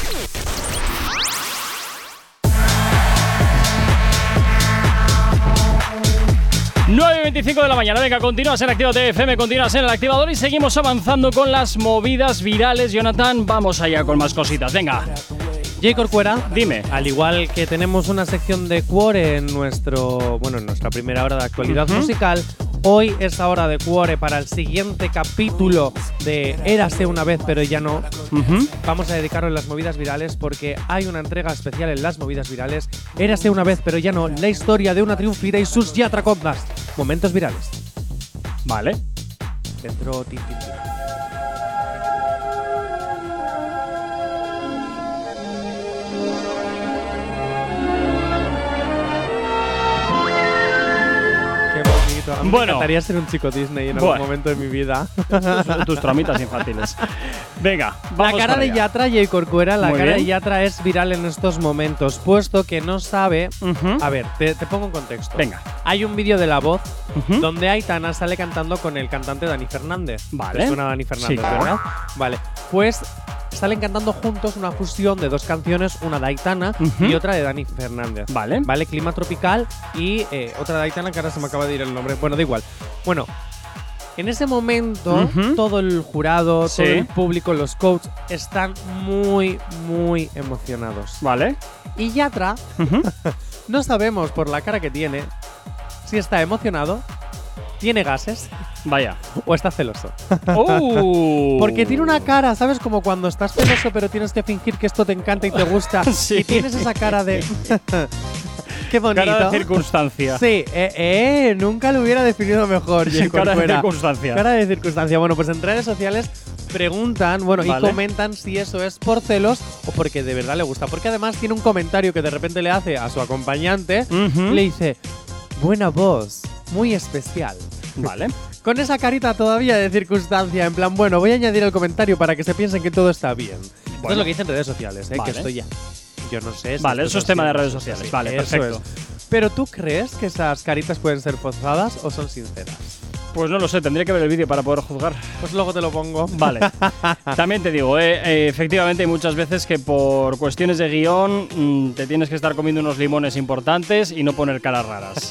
...9:25 de la mañana. Venga, continúas en Actívate FM, continúas en El Activador y seguimos avanzando con las movidas virales. Jonathan, vamos allá con más cositas. Venga. J. Corcuera, dime. Al igual que tenemos una sección de Cuore en nuestra primera hora de actualidad musical, hoy es la hora de Cuore para el siguiente capítulo de Érase una vez pero ya no. Vamos a dedicarlo en las movidas virales porque hay una entrega especial en las movidas virales. Érase una vez pero ya no, la historia de una triunfira y sus yatracondas. Momentos virales. Vale. Dentro tin, tin, tin. A mí me encantaría ser un chico Disney en algún momento de mi vida. Tus tramitas infantiles. Venga, vamos. La cara de Yatra, J. Corcuera, la Muy cara bien. de Yatra es viral en estos momentos, puesto que no sabe… A ver, te pongo en contexto. Venga. Hay un vídeo de La Voz donde Aitana sale cantando con el cantante Dani Fernández. Vale. ¿Te suena Dani Fernández, Sí, claro. verdad? Vale. Pues salen cantando juntos una fusión de dos canciones, una de Aitana y otra de Dani Fernández. Vale. Vale, Clima Tropical y otra de Aitana que ahora se me acaba de ir el nombre. Bueno, da igual. Bueno, En ese momento, todo el jurado, Sí. todo el público, los coaches están muy, muy emocionados. Vale. Y Yatra, no sabemos por la cara que tiene si está emocionado, tiene gases. Vaya. O está celoso. ¡Oh! Porque tiene una cara, ¿sabes? Como cuando estás celoso pero tienes que fingir que esto te encanta y te gusta. Sí. Y tienes esa cara de… ¡Qué bonito! Cara de circunstancia. Sí, nunca lo hubiera definido mejor, Jay Cara de Corcuera. circunstancia. Cara de circunstancia. Bueno, pues en redes sociales preguntan, bueno, y Vale. comentan si eso es por celos o porque de verdad le gusta. Porque además tiene un comentario que de repente le hace a su acompañante y le dice, buena voz, muy especial. Vale. Con esa carita todavía de circunstancia, en plan, bueno, voy a añadir el comentario para que se piensen que todo está bien. Esto es lo que dicen redes sociales, Vale. que esto ya… Yo no sé. Si Vale, esto eso es así, tema de no redes sé si sociales. es así. Vale, Eso perfecto. es. Pero ¿tú crees que esas caritas pueden ser forzadas o son sinceras? Pues no lo sé, tendría que ver el vídeo para poder juzgar. Pues luego te lo pongo. Vale. También te digo, efectivamente hay muchas veces que por cuestiones de guión te tienes que estar comiendo unos limones importantes y no poner caras raras.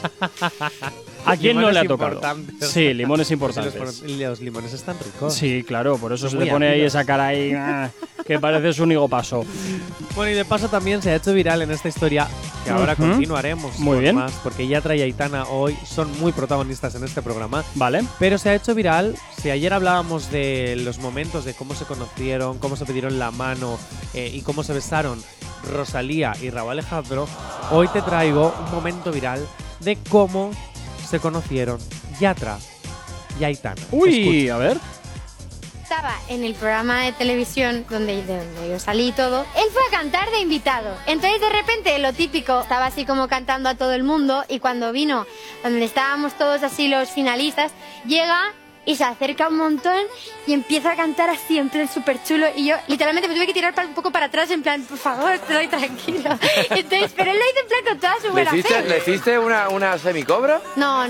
¿A quién no le ha Limones tocado? importantes. Sí, limones Pues importantes. los limones están ricos. Sí, claro, por eso Es se muy te pone ahí ácido. esa cara ahí que parece un higo paso. Bueno, y de paso también se ha hecho viral en esta historia que ahora Ujú. continuaremos Muy con bien. más, porque Yatra y Aitana hoy son muy protagonistas en este programa. Vale. Pero se ha hecho viral, si ayer hablábamos de los momentos de cómo se conocieron, cómo se pidieron la mano y cómo se besaron Rosalía y Raúl Alejandro, hoy te traigo un momento viral de cómo se conocieron Yatra y Aitana. Uy, a ver. Estaba en el programa de televisión de donde yo salí y todo. Él fue a cantar de invitado. Entonces de repente lo típico, estaba así como cantando a todo el mundo y cuando vino, donde estábamos todos así los finalistas, llega y se acerca un montón y empieza a cantar así en plan súper chulo y yo literalmente me tuve que tirar un poco para atrás en plan, por favor, estoy tranquilo. Entonces, pero él lo hizo en plan con toda su buena fe. ¿Le hiciste una semicobra? No.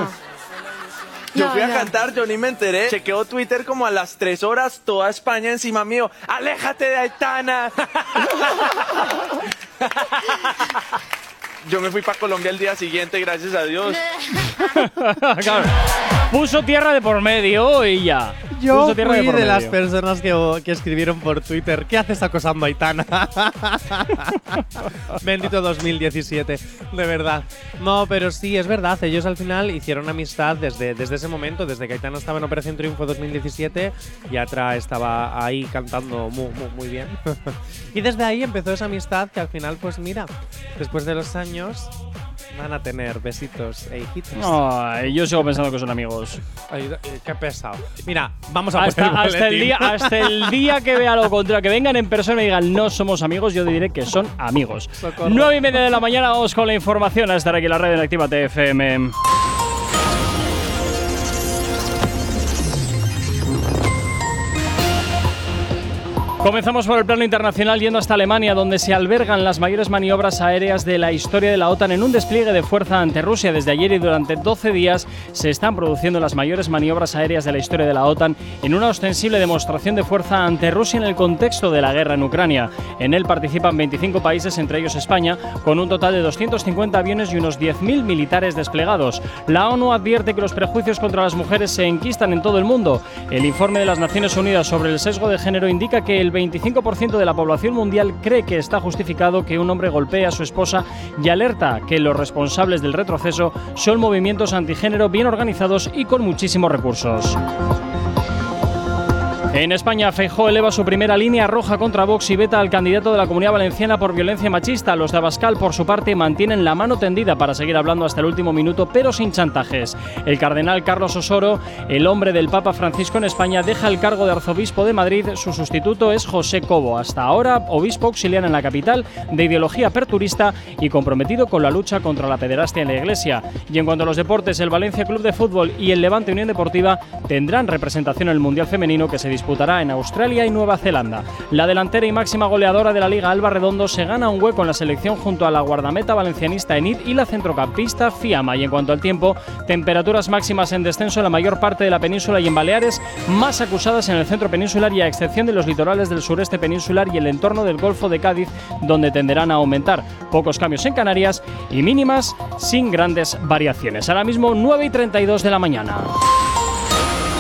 Yo No, fui a no. cantar, yo ni me enteré. Chequeo Twitter como a las 3 horas, toda España encima mío. ¡Aléjate de Aitana! Yo me fui para Colombia el día siguiente, gracias a Dios. Claro. Puso tierra de por medio y ya. Yo Puso tierra fui por de medio. las personas que escribieron por Twitter, ¿qué haces acosando a Aitana? Bendito 2017, de verdad. No, pero sí, es verdad, ellos al final hicieron amistad desde ese momento, desde que Aitana estaba en Operación Triunfo 2017, Yatra estaba ahí cantando muy bien. Y desde ahí empezó esa amistad que al final, pues mira, después de los años van a tener besitos e hijitos. Ay, yo sigo pensando que son amigos. Ay, qué pesado. Mira, vamos a Hasta, poner el hasta el día que vea lo contrario, que vengan en persona y digan no somos amigos, yo diré que son amigos. Socorro. 9:30 de la mañana, vamos con la información a estar aquí en la red en Actívate FM. Comenzamos por el plano internacional yendo hasta Alemania, donde se albergan las mayores maniobras aéreas de la historia de la OTAN en un despliegue de fuerza ante Rusia. Desde ayer y durante 12 días se están produciendo las mayores maniobras aéreas de la historia de la OTAN en una ostensible demostración de fuerza ante Rusia en el contexto de la guerra en Ucrania. En él participan 25 países, entre ellos España, con un total de 250 aviones y unos 10.000 militares desplegados. La ONU advierte que los prejuicios contra las mujeres se enquistan en todo el mundo. El informe de las Naciones Unidas sobre el sesgo de género indica que el 25% de la población mundial cree que está justificado que un hombre golpee a su esposa y alerta que los responsables del retroceso son movimientos antigénero bien organizados y con muchísimos recursos. En España, Feijóo eleva su primera línea roja contra Vox y veta al candidato de la Comunidad Valenciana por violencia machista. Los de Abascal, por su parte, mantienen la mano tendida para seguir hablando hasta el último minuto, pero sin chantajes. El cardenal Carlos Osoro, el hombre del Papa Francisco en España, deja el cargo de arzobispo de Madrid. Su sustituto es José Cobo, hasta ahora obispo auxiliar en la capital, de ideología aperturista y comprometido con la lucha contra la pederastia en la Iglesia. Y en cuanto a los deportes, el Valencia Club de Fútbol y el Levante Unión Deportiva tendrán representación en el Mundial Femenino que se disputará en Australia y Nueva Zelanda. La delantera y máxima goleadora de la Liga, Alba Redondo, se gana un hueco en la selección junto a la guardameta valencianista Enid y la centrocampista Fiamma. Y en cuanto al tiempo, temperaturas máximas en descenso en la mayor parte de la península y en Baleares, más acusadas en el centro peninsular y a excepción de los litorales del sureste peninsular y el entorno del Golfo de Cádiz, donde tenderán a aumentar. Pocos cambios en Canarias y mínimas sin grandes variaciones. Ahora mismo 9:32 de la mañana.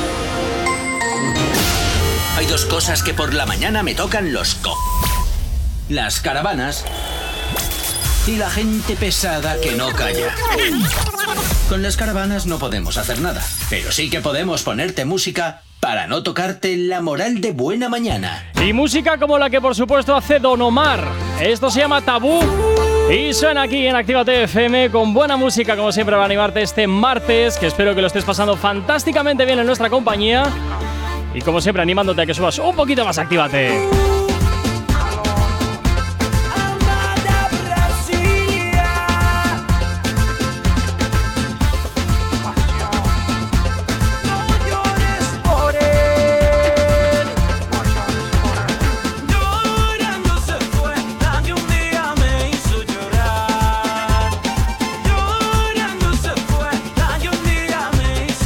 Hay dos cosas que por la mañana me tocan los las caravanas y la gente pesada que no calla. Con las caravanas no podemos hacer nada, pero sí que podemos ponerte música para no tocarte la moral de buena mañana. Y música como la que por supuesto hace Don Omar. Esto se llama Tabú y suena aquí en Actívate FM con buena música como siempre para animarte este martes, que espero que lo estés pasando fantásticamente bien en nuestra compañía. Y como siempre animándote a que subas un poquito más. Actívate.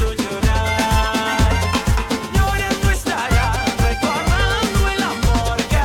Recordando el amor que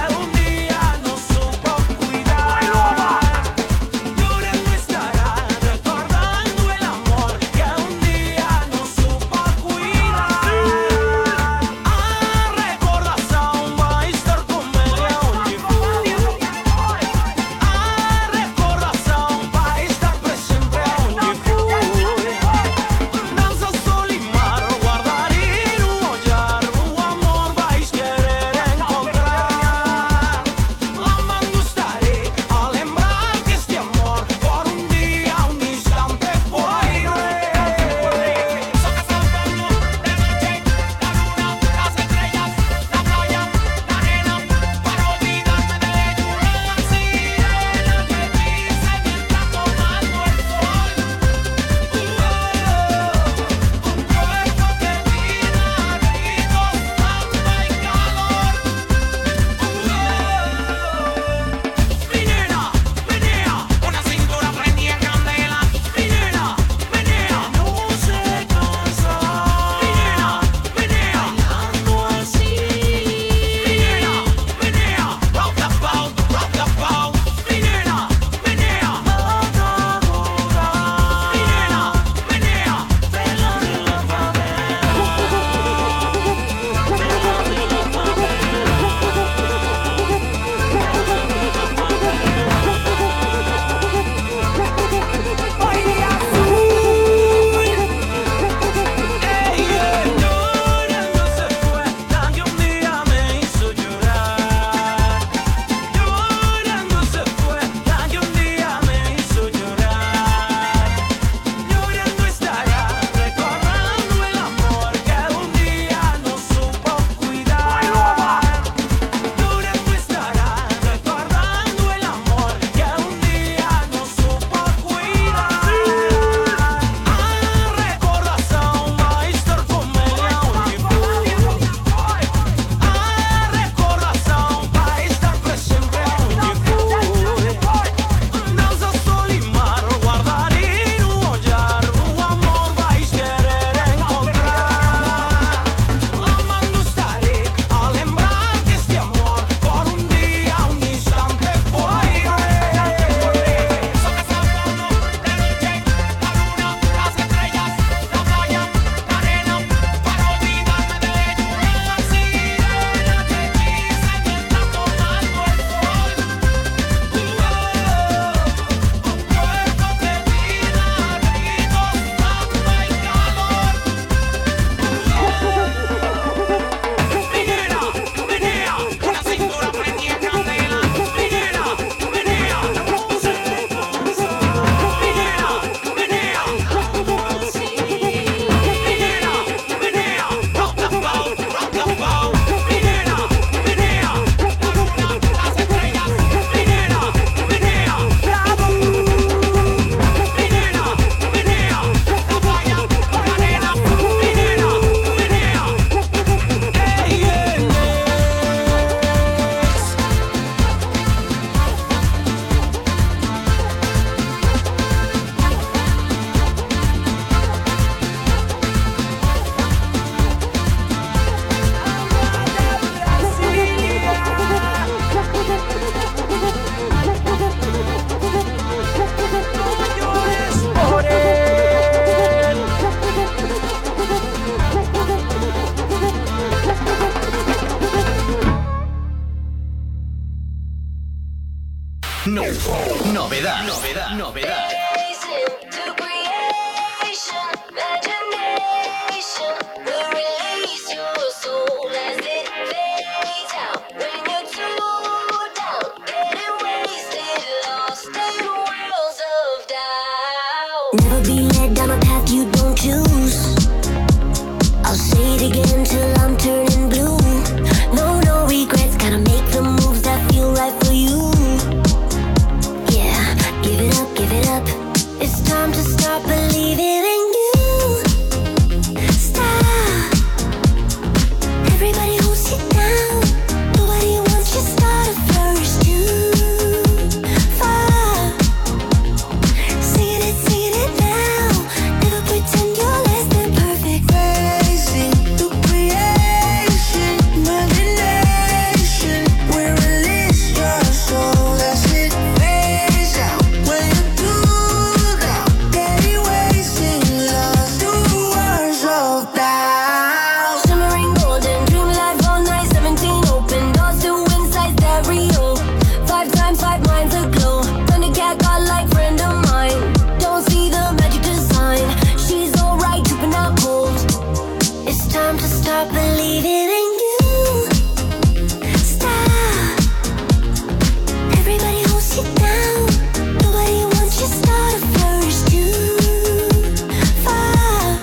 Novedad. Never be led down a path you don't choose. I'll say it again till I'm turning blue. No regrets, gotta make the moves that feel right for you. Yeah, give it up. It's time to start believing in you. Stop. Everybody holds you down. Nobody wants you to start a flourish too far. Singing it now. Never pretend you're less than perfect. Racing through creation, imagination. We're release your soul. That's it. Phase out when you do that. Steady wasting lost through words of doubt. Shimmering golden, dream life all night. 17 open doors to inside stereo. 5 times 5 minds aglow. Thundercat godlike friend of mine. Don't see the magic design. She's alright, dripping out cold. It's time to start believing in you. Stop. Everybody holds you down. Nobody wants you to start a flourish too far.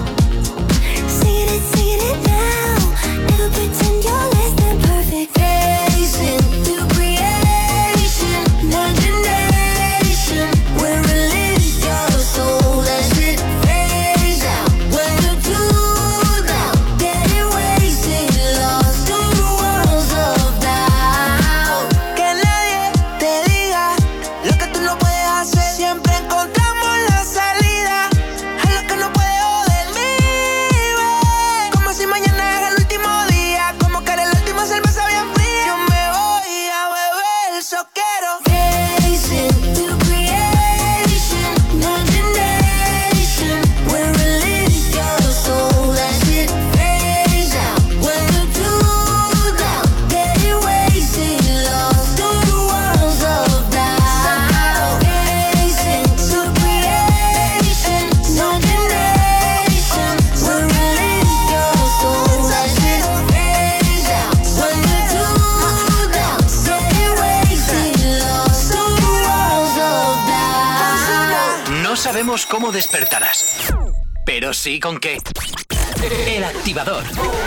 Singing it now. Never pretend you're less than perfect. Racing through creation, imagination. We're release your soul. That's it. Phase out when you do that. Getting wasted, lost through the worlds of doubt. Que nadie te diga lo que tú no puedes hacer. Siempre encontramos la salida a lo que no puede joderme. Como si mañana es el último día, como que era la última cerveza bien fría. Yo me voy a beber, so quiero. Racing through creation, imagination. We're release your soul. That's it. Phase out when you do that. Getting wasted, lost through the worlds of doubt. Racing through creation, imagination. We're release your soul. That's it. Phase out when you do that. Getting wasted, lost through the worlds of doubt. No sabemos cómo despertarás, pero sí con qué. El Activador.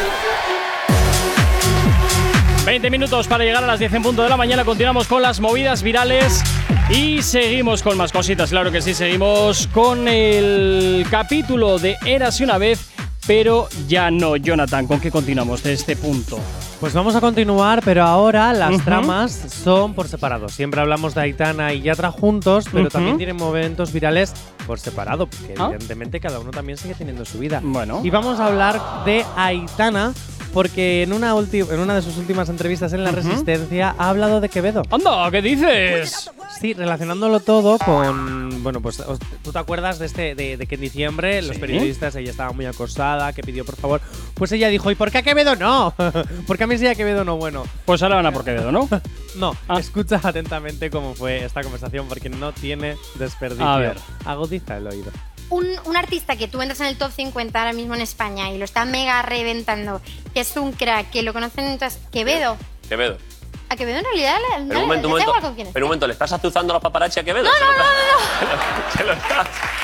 20 minutos para llegar a las 10 en punto de la mañana. Continuamos con las movidas virales y seguimos con más cositas. Claro que sí, seguimos con el capítulo de Érase una vez, pero ya no. Jonathan, ¿con qué continuamos de este punto? Pues vamos a continuar, pero ahora las tramas son por separado. Siempre hablamos de Aitana y Yatra juntos, pero también tienen momentos virales por separado, porque evidentemente cada uno también sigue teniendo su vida. Bueno. Y vamos a hablar de Aitana, porque en una de sus últimas entrevistas en La Resistencia ha hablado de Quevedo. ¡Anda! ¿Qué dices? Sí, relacionándolo todo con… Bueno, pues tú te acuerdas de que en diciembre los periodistas, ella estaba muy acosada, que pidió por favor… Pues ella dijo, ¿y por qué a Quevedo no? ¿Por qué a mí sí a Quevedo no? Bueno… Pues ahora van a por Quevedo, ¿no? No, escucha atentamente cómo fue esta conversación, porque no tiene desperdicio. A ver. Agudiza el oído. Un artista que tú entras en el top 50 ahora mismo en España y lo está mega reventando, que es un crack, que lo conocen entonces, Quevedo. A Quevedo en realidad Pero un momento, ¿le estás azuzando a los paparazzi a Quevedo? No. Se lo estás.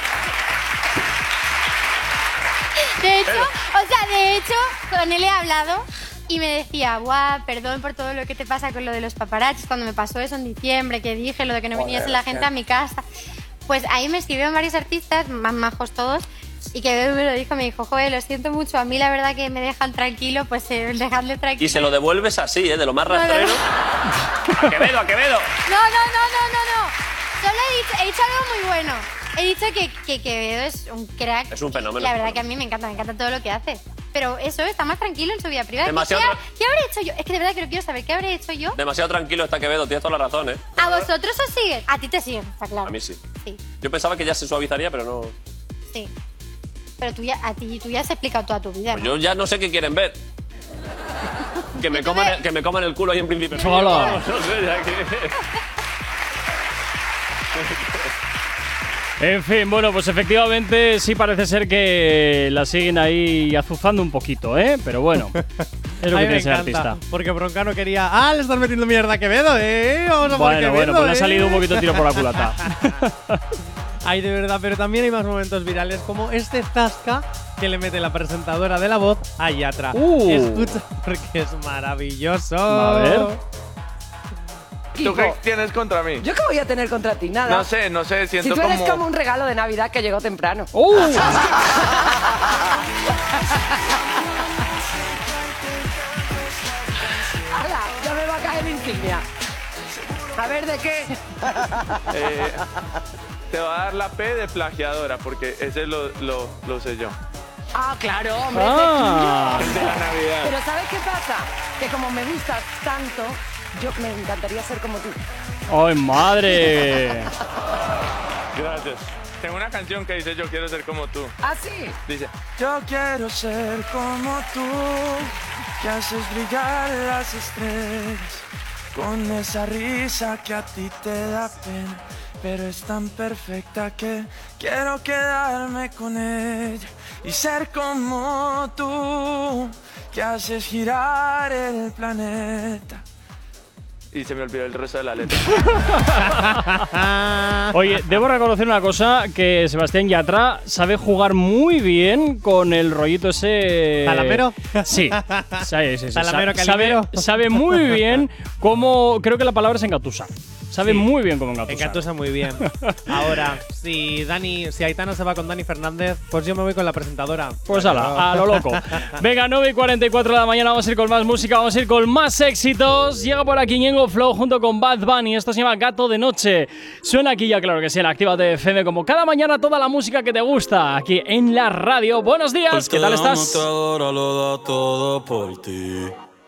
De hecho, con él he hablado y me decía, guau, perdón por todo lo que te pasa con lo de los paparazzis, cuando me pasó eso en diciembre, que dije lo de que no viniese la gente a mi casa. Pues ahí me escribieron varios artistas, más majos todos, y que me lo dijo, me dijo, joder, lo siento mucho, a mí la verdad que me dejan tranquilo, pues dejadle tranquilo. Y se lo devuelves así, de lo más rastrero. No. ¡A Quevedo, a Quevedo! No. Solo he dicho algo muy bueno. He dicho que Quevedo es un crack. Es un fenómeno. La verdad que a mí me encanta todo lo que hace. Pero eso, está más tranquilo en su vida privada. Demasiado ¿Qué habré hecho yo? Es que de verdad que lo quiero saber. ¿Qué habré hecho yo? Demasiado tranquilo está Quevedo, tienes toda la razón, ¿eh? ¿A vosotros os siguen? A ti te siguen, está claro. A mí sí. Sí. Yo pensaba que ya se suavizaría, pero no. Sí. Pero tú ya has explicado toda tu vida, Pues ¿no? yo ya no sé qué quieren ver. Que me coman el culo ahí en Príncipe. Hola. No sé, ya que… En fin, bueno, pues efectivamente sí parece ser que la siguen ahí azuzando un poquito, ¿eh? Pero bueno, es lo que tiene ser artista. Porque Broncano quería… ¡Ah, le estás metiendo mierda a Quevedo, Vamos a por Quevedo, Bueno, pues le ha salido un poquito tiro por la culata. Ay, de verdad, pero también hay más momentos virales como este zasca que le mete la presentadora de La Voz a Yatra. Escucha, porque es maravilloso. A ver. ¿Tú qué tienes contra mí? ¿Yo qué voy a tener contra ti? Nada. No sé, siento si tú eres como… como un regalo de Navidad que llegó temprano. ¡Hala! Ya me va a caer insignia. A ver, ¿de qué? Te va a dar la P de plagiadora, porque ese lo sé yo. Ah, claro, hombre. El de la Navidad. Pero ¿sabes qué pasa? Que como me gustas tanto, yo me encantaría ser como tú. ¡Ay, madre! Gracias. Tengo una canción que dice Yo quiero ser como tú. ¿Ah, sí? Dice: yo quiero ser como tú, que haces brillar las estrellas, con esa risa que a ti te da pena, pero es tan perfecta que quiero quedarme con ella y ser como tú, que haces girar el planeta. Y se me olvidó el resto de la letra. Oye, debo reconocer una cosa, que Sebastián Yatra sabe jugar muy bien con el rollito ese… ¿Talamero? Sí. ¿Talamero, calimero? Sabe muy bien cómo… Creo que la palabra es engatusa. Sabe muy bien cómo engatusar. Engatusa muy bien. Ahora, si Aitana se va con Dani Fernández, pues yo me voy con la presentadora. Pues ala, a lo loco. Venga, 9:44 de la mañana, vamos a ir con más música, vamos a ir con más éxitos. Llega por aquí Ñengo Flow junto con Bad Bunny. Esto se llama Gato de Noche. Suena aquí ya, claro que sí, en Actívate FM, como cada mañana, toda la música que te gusta, aquí en la radio. Buenos días, ¿qué tal estás? Te adora, lo da todo por ti.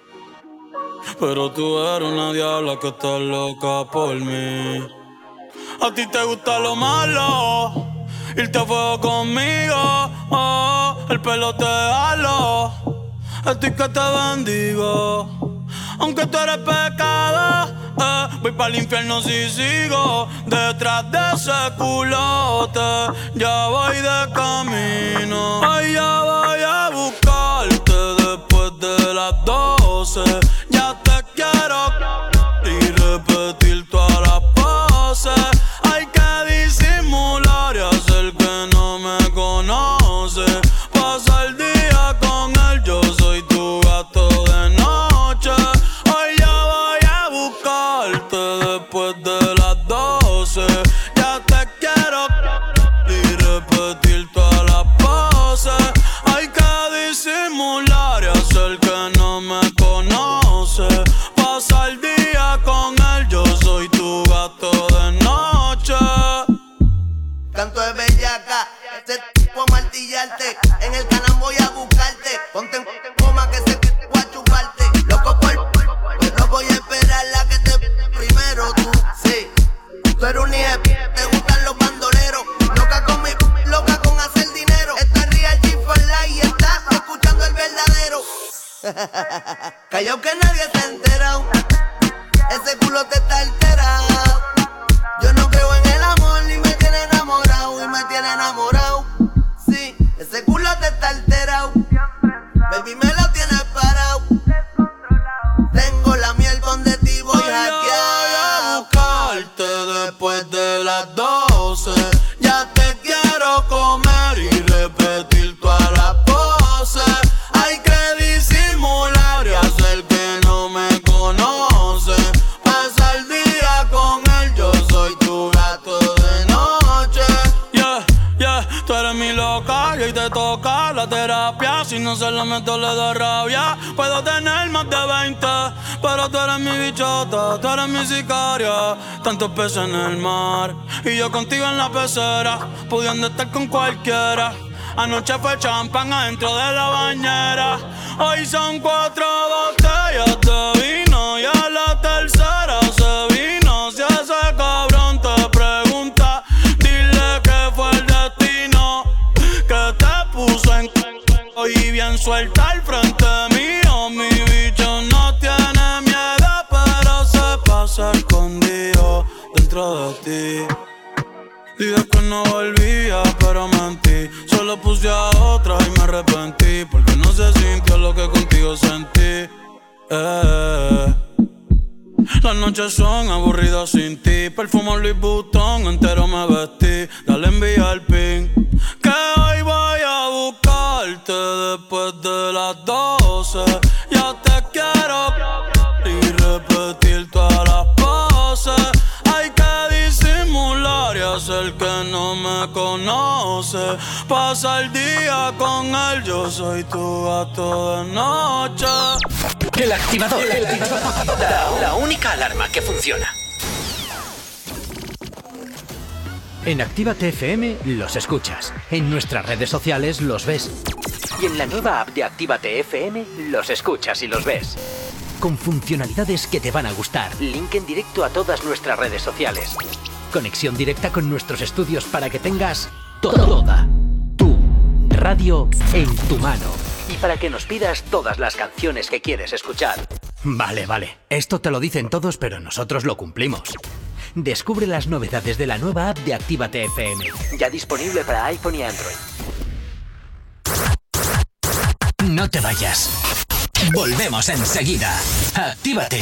Pero tú eres una diabla que está loca por mí. A ti te gusta lo malo, irte a fuego conmigo, el pelo te halo, estoy que te bendigo. Aunque tú eres pecado, voy para el infierno si sigo detrás de ese culote. Ya voy de camino, ay, ya voy a buscarte después de las 12. Ya te quiero y repetir todas las poses. Hay que disimular y hacer que no me conoce. Pasa el día con él, yo soy tu gato de noche. Hoy ya voy a buscarte después de las 12. Ya te quiero y repetir todas las poses. Hay que disimular y hacer que no me conoce. Pasa el día con él, yo soy tu gato de noche. Canto de bellaca, ese tipo a martillarte. En el canal voy a buscarte. Ponte en coma que se voy a chuparte. Loco por no voy a esperar la que te primero tú. Sí, tú eres un hijo, te gustan los bandoleros. Loca con mi, loca con hacer dinero. Esto es Real G for Life y estás escuchando el verdadero. Callao que nadie se ha enterado. Ese culo te está alterado. Yo no creo en el amor y me tiene enamorado. Y me tiene enamorado. Sí, ese culo te está alterado. Baby me lo tienes parado. Tengo la miel donde ti voy a buscarte después de las 12. Ya te quiero comer y repetir todas las poses. Hay que disimular y hacer que no me conoce. Pasa el día con él, yo soy tu gato de noche. Yeah, tú eres mi loca y te toca la terapia. Si no se la meto le da rabia. Puedo tener más de 20, pero tú eres mi bichota, tú eres mi sicaria. Tantos peces en el mar y yo contigo en la pecera, pudiendo estar con cualquiera. Anoche fue champán adentro de la bañera. Hoy son 4 botellas de vino y a la tercera se vino. Si ese cabrón te pregunta, dile que fue el destino que te puso en y bien suelta al frente mío. Mi bicho no tiene miedo, pero se pasa escondido dentro de ti. no volvía, pero mentí. Solo puse a otra y me arrepentí, porque no se sintió lo que contigo sentí. Las noches son aburridas sin ti. Perfumo Louis Vuitton, entero me vestí. Dale envía el pin, que hoy voy a buscarte después de las 12. Ya te quiero y repetir todas las poses. Hay que disimular y hacer que no me conoce. Pasa el día con él, yo soy tu gato de noche. El activador. La única alarma que funciona. En Actívate FM los escuchas. En nuestras redes sociales los ves. Y en la nueva app de Actívate FM los escuchas y los ves. Con funcionalidades que te van a gustar. Link en directo a todas nuestras redes sociales. Conexión directa con nuestros estudios para que tengas toda tu radio en tu mano. Y para que nos pidas todas las canciones que quieres escuchar. Vale. Esto te lo dicen todos, pero nosotros lo cumplimos. Descubre las novedades de la nueva app de Actívate FM. Ya disponible para iPhone y Android. No te vayas. Volvemos enseguida. Actívate.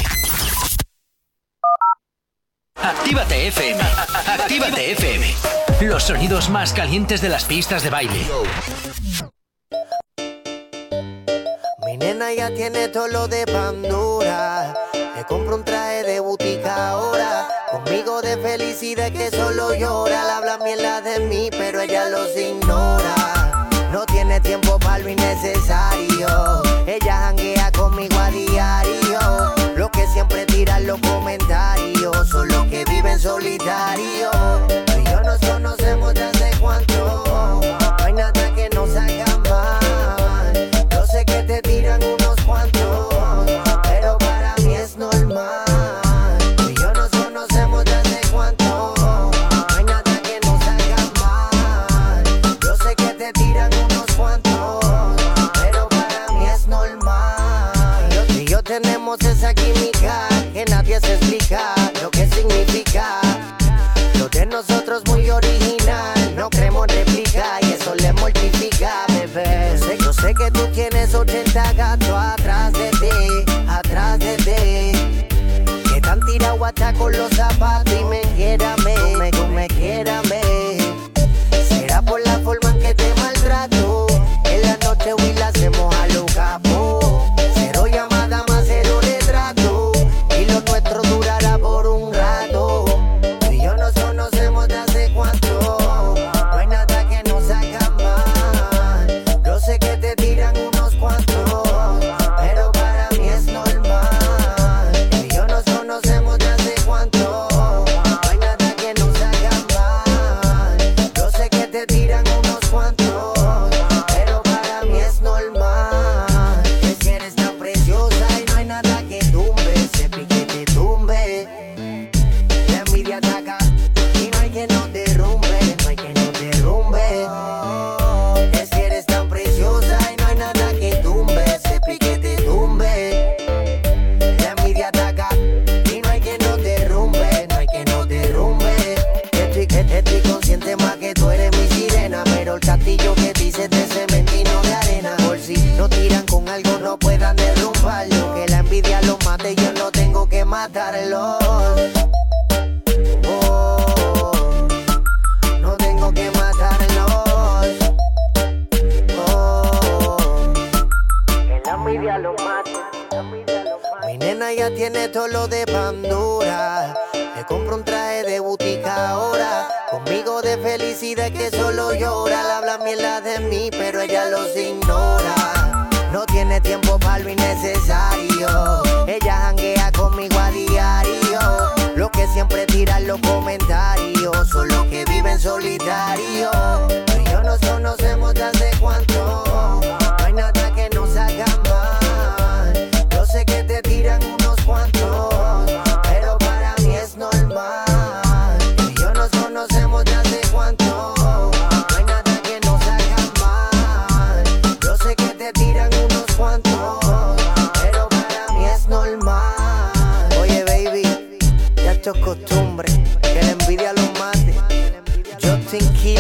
Actívate FM. Actívate FM. Los sonidos más calientes de las pistas de baile. Mi nena ya tiene todo lo de Pandora. Le compro un traje de boutique ahora. Conmigo de felicidad que solo llora. Le habla mierda de mí, pero ella los ignora. No tiene tiempo para lo innecesario. Ella janguea conmigo a diario. Los que siempre tiran los comentarios son los que viven solitario. Tú y yo nos conocemos de hace cuánto. No hay nada que nos haga mal. Yo sé que te tiran unos cuantos, pero para mí es normal. Tú y yo nos conocemos de hace cuánto. No hay nada que nos haga mal. Yo sé que te tiran unos cuantos, pero para mí es normal. Tú y yo tenemos esa química que nadie se explica lo que significa. Lo de nosotros muy original, no creemos en réplica y eso le mortifica, bebé. Yo sé que tú tienes 80 gatos atrás de ti, que están tirado hasta con los zapatos y me quiérame, será por la forma en que te maltrato. En la noche hoy la hacemos a lo capo. Cero llamada más cero retrato, y lo nuestro durará por un rato. Tú y yo nos conocemos de hace cuánto. No hay nada que nos haga mal. Yo sé que te tiran unos cuantos, pero para mí es normal. Tú y yo nos conocemos de hace cuánto. No hay nada que nos haga mal. Yo sé que te tiran unos cuantos, pero para mí es normal. Es que eres tan preciosa y no hay nada que tumbe ese piquete tumbe. La envidia ataca y no hay que nos derrumbe, no hay que nos derrumbe. Es que eres tan preciosa y no hay nada que tumbe ese piquete tumbe. La envidia ataca y no hay que nos derrumbe, no hay que nos derrumbe. Estoy consciente más que tú eres mi sirena, pero el castillo que dices de cemento y no de arena. Por si no tiran con algo no puedan derrumbarlo, que la envidia los mate yo no tengo que matarlos. No tengo que matarlos. Que la envidia los mate. Mi nena ya tiene todo lo de Pandora. Le compro un traje de boutique ahora. Conmigo de felicidad que solo llora. Le habla mierda de mí, pero ella los ignora. No tiene tiempo para lo innecesario. Ella janguea conmigo a diario. Los que siempre tiran los comentarios son los que viven solitario. Tú y yo nos conocemos de hace cuánto. No hay nada que nos haga mal. Yo sé que te tiran unos cuantos, pero para mí es normal. Tú y yo nos conocemos de hace cuánto. No hay nada que nos haga mal. Yo sé que te tiran unos cuantos, pero para mí es normal. Oye baby, ya esto es costumbre, que la envidia los mate. Justin King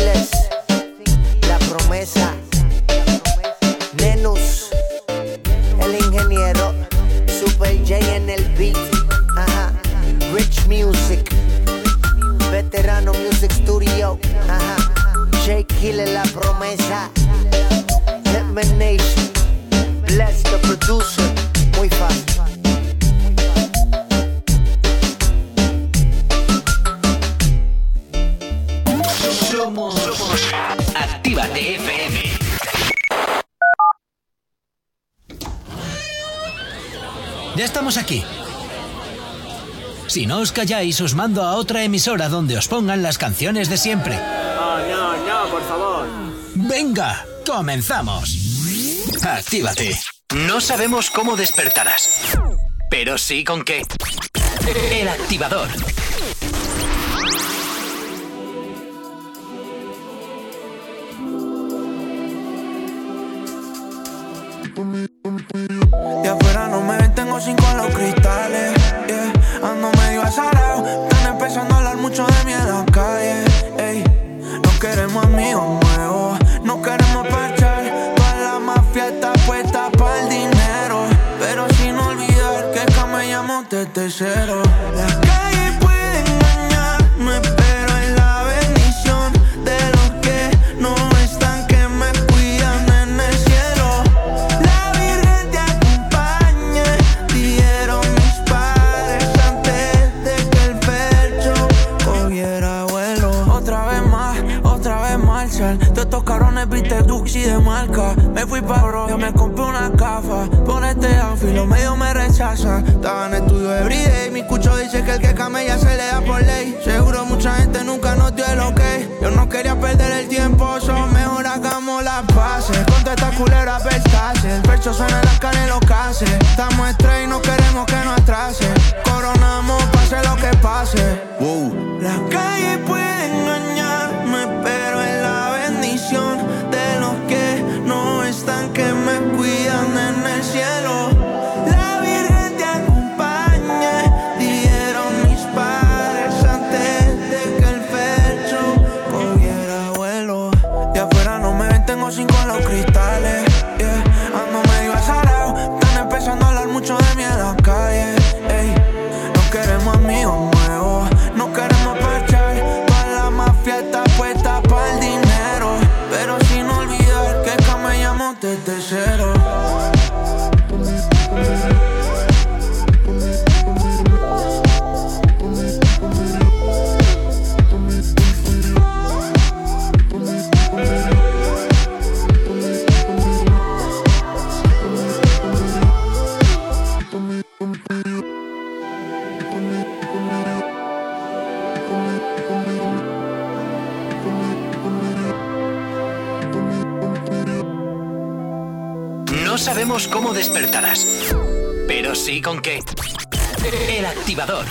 Dinero. Shake Killer, la promesa. Hitman Nation. Bless the producer. Muy fácil. Somos Actívate FM. Ya estamos aquí. Si no os calláis, os mando a otra emisora donde os pongan las canciones de siempre. No, por favor. Venga, comenzamos. Actívate. No sabemos cómo despertarás, pero sí con qué. El Activador. De afuera no me ven, tengo 5 en los cristales, yeah. Ando medio azarado, están empezando a hablar mucho de mí en la calle, ey. No queremos amigos nuevos, no queremos parchar. Toda la mafia está puesta para el dinero, pero sin olvidar que camellamos desde cero. La calle puede engañarme, pero es la bendición de los que no están, que me cuidan en el cielo. La Virgen te acompañe, dijeron mis padres antes de que el pecho cogiera vuelo. Otra vez marchar, de estos cabrones viste Duxi de marca. Me fui pa' bro, yo me compré una gafa. Por este outfit los medios me rechazan. Estaba en estudio everyday, mi cucho dice que el que camella se le da por ley. Seguro mucha gente nunca nos dio el ok. Yo no quería perder el tiempo, son mejor hagamos las paces. Con esta culera pestace, el pecho suena en las carnes y los cases. Estamos straight, no queremos que nos atrase. Coronamos, pase lo que pase. La calle puede engañarme, pero es la bendición de los que no están, que me cuidan en el cielo. La Virgen te acompañe, dijeron mis padres antes de que el pecho cogiera vuelo. De afuera no me ven, tengo 5 en los cristales, yeah. Ando medio azarado, están empezando a hablar mucho de mí en la calle, ey. No queremos amigos nuevos, no queremos parchar. Toda la mafia está puesta para el dinero, pero sin olvidar que camellamos desde cero. No sabemos cómo despertarás, pero sí con qué. El Activador.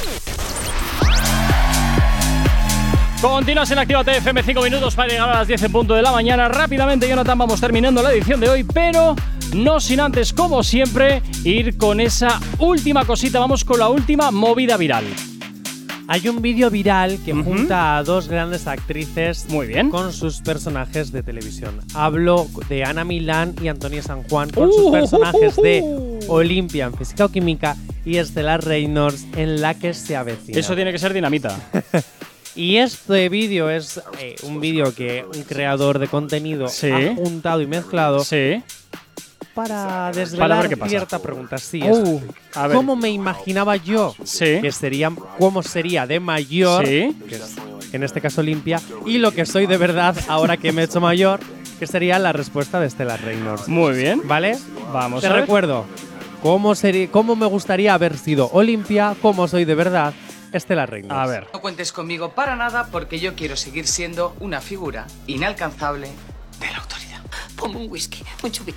Continúas en Actívate FM, 5 minutos para llegar a las 10 en punto de la mañana. Rápidamente, Jonathan, vamos terminando la edición de hoy, pero no sin antes, como siempre, ir con esa última cosita. Vamos con la última movida viral. Hay un vídeo viral que junta a dos grandes actrices muy bien con sus personajes de televisión. Hablo de Ana Milán y Antonia San Juan con sus personajes de Olimpia en Física o Química y Estelar Reynolds en La que se avecina. Eso tiene que ser dinamita. Y este vídeo es un vídeo que un creador de contenido ha juntado y mezclado para desvelar cierta pregunta. Sí, a ver. ¿Cómo me imaginaba yo que sería, cómo sería de mayor, que es, en este caso Olimpia, y lo que soy de verdad ahora que me he hecho mayor, que sería la respuesta de Estelar Reynolds? Muy bien. ¿Vale? Vamos Te a ver. recuerdo, ¿cómo me gustaría haber sido Olimpia? ¿Cómo soy de verdad Estelar Reynolds? A ver. No cuentes conmigo para nada porque yo quiero seguir siendo una figura inalcanzable de la autoridad. Ponme un whisky, un chupito.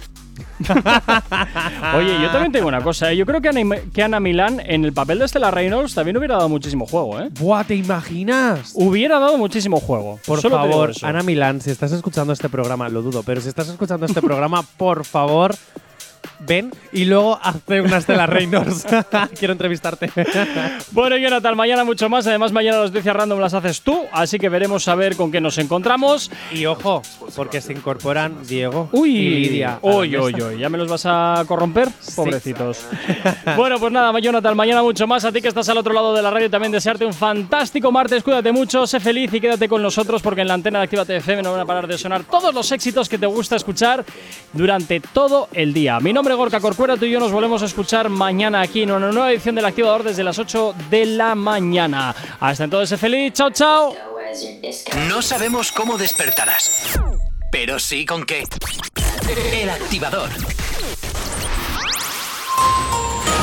Oye, yo también tengo una cosa, ¿eh? Yo creo que Ana Milán en el papel de Estelar Reynolds también hubiera dado muchísimo juego, ¿eh? ¡Buah, te imaginas! Hubiera dado muchísimo juego. Por Solo favor, Ana Milán, si estás escuchando este programa, lo dudo, pero si estás escuchando este programa, por favor, ven y luego hazte una Estela Reynolds. Quiero entrevistarte. Bueno, Jonathan, mañana mucho más. Además, mañana las noticias random las haces tú, así que veremos a ver con qué nos encontramos. Y ojo, porque se incorporan Diego y Lidia. Uy, ¿ya me los vas a corromper? Pobrecitos. Bueno, pues nada, Jonathan, mañana mucho más. A ti que estás al otro lado de la radio también desearte un fantástico martes. Cuídate mucho, sé feliz y quédate con nosotros porque en la antena de Actívate FM no van a parar de sonar todos los éxitos que te gusta escuchar durante todo el día. Mi nombre es Gorka Corcuera, tú y yo nos volvemos a escuchar mañana aquí en una nueva edición del Activador desde las 8 de la mañana. Hasta entonces, sé feliz. Chao, chao. No sabemos cómo despertarás, pero sí con qué. El Activador.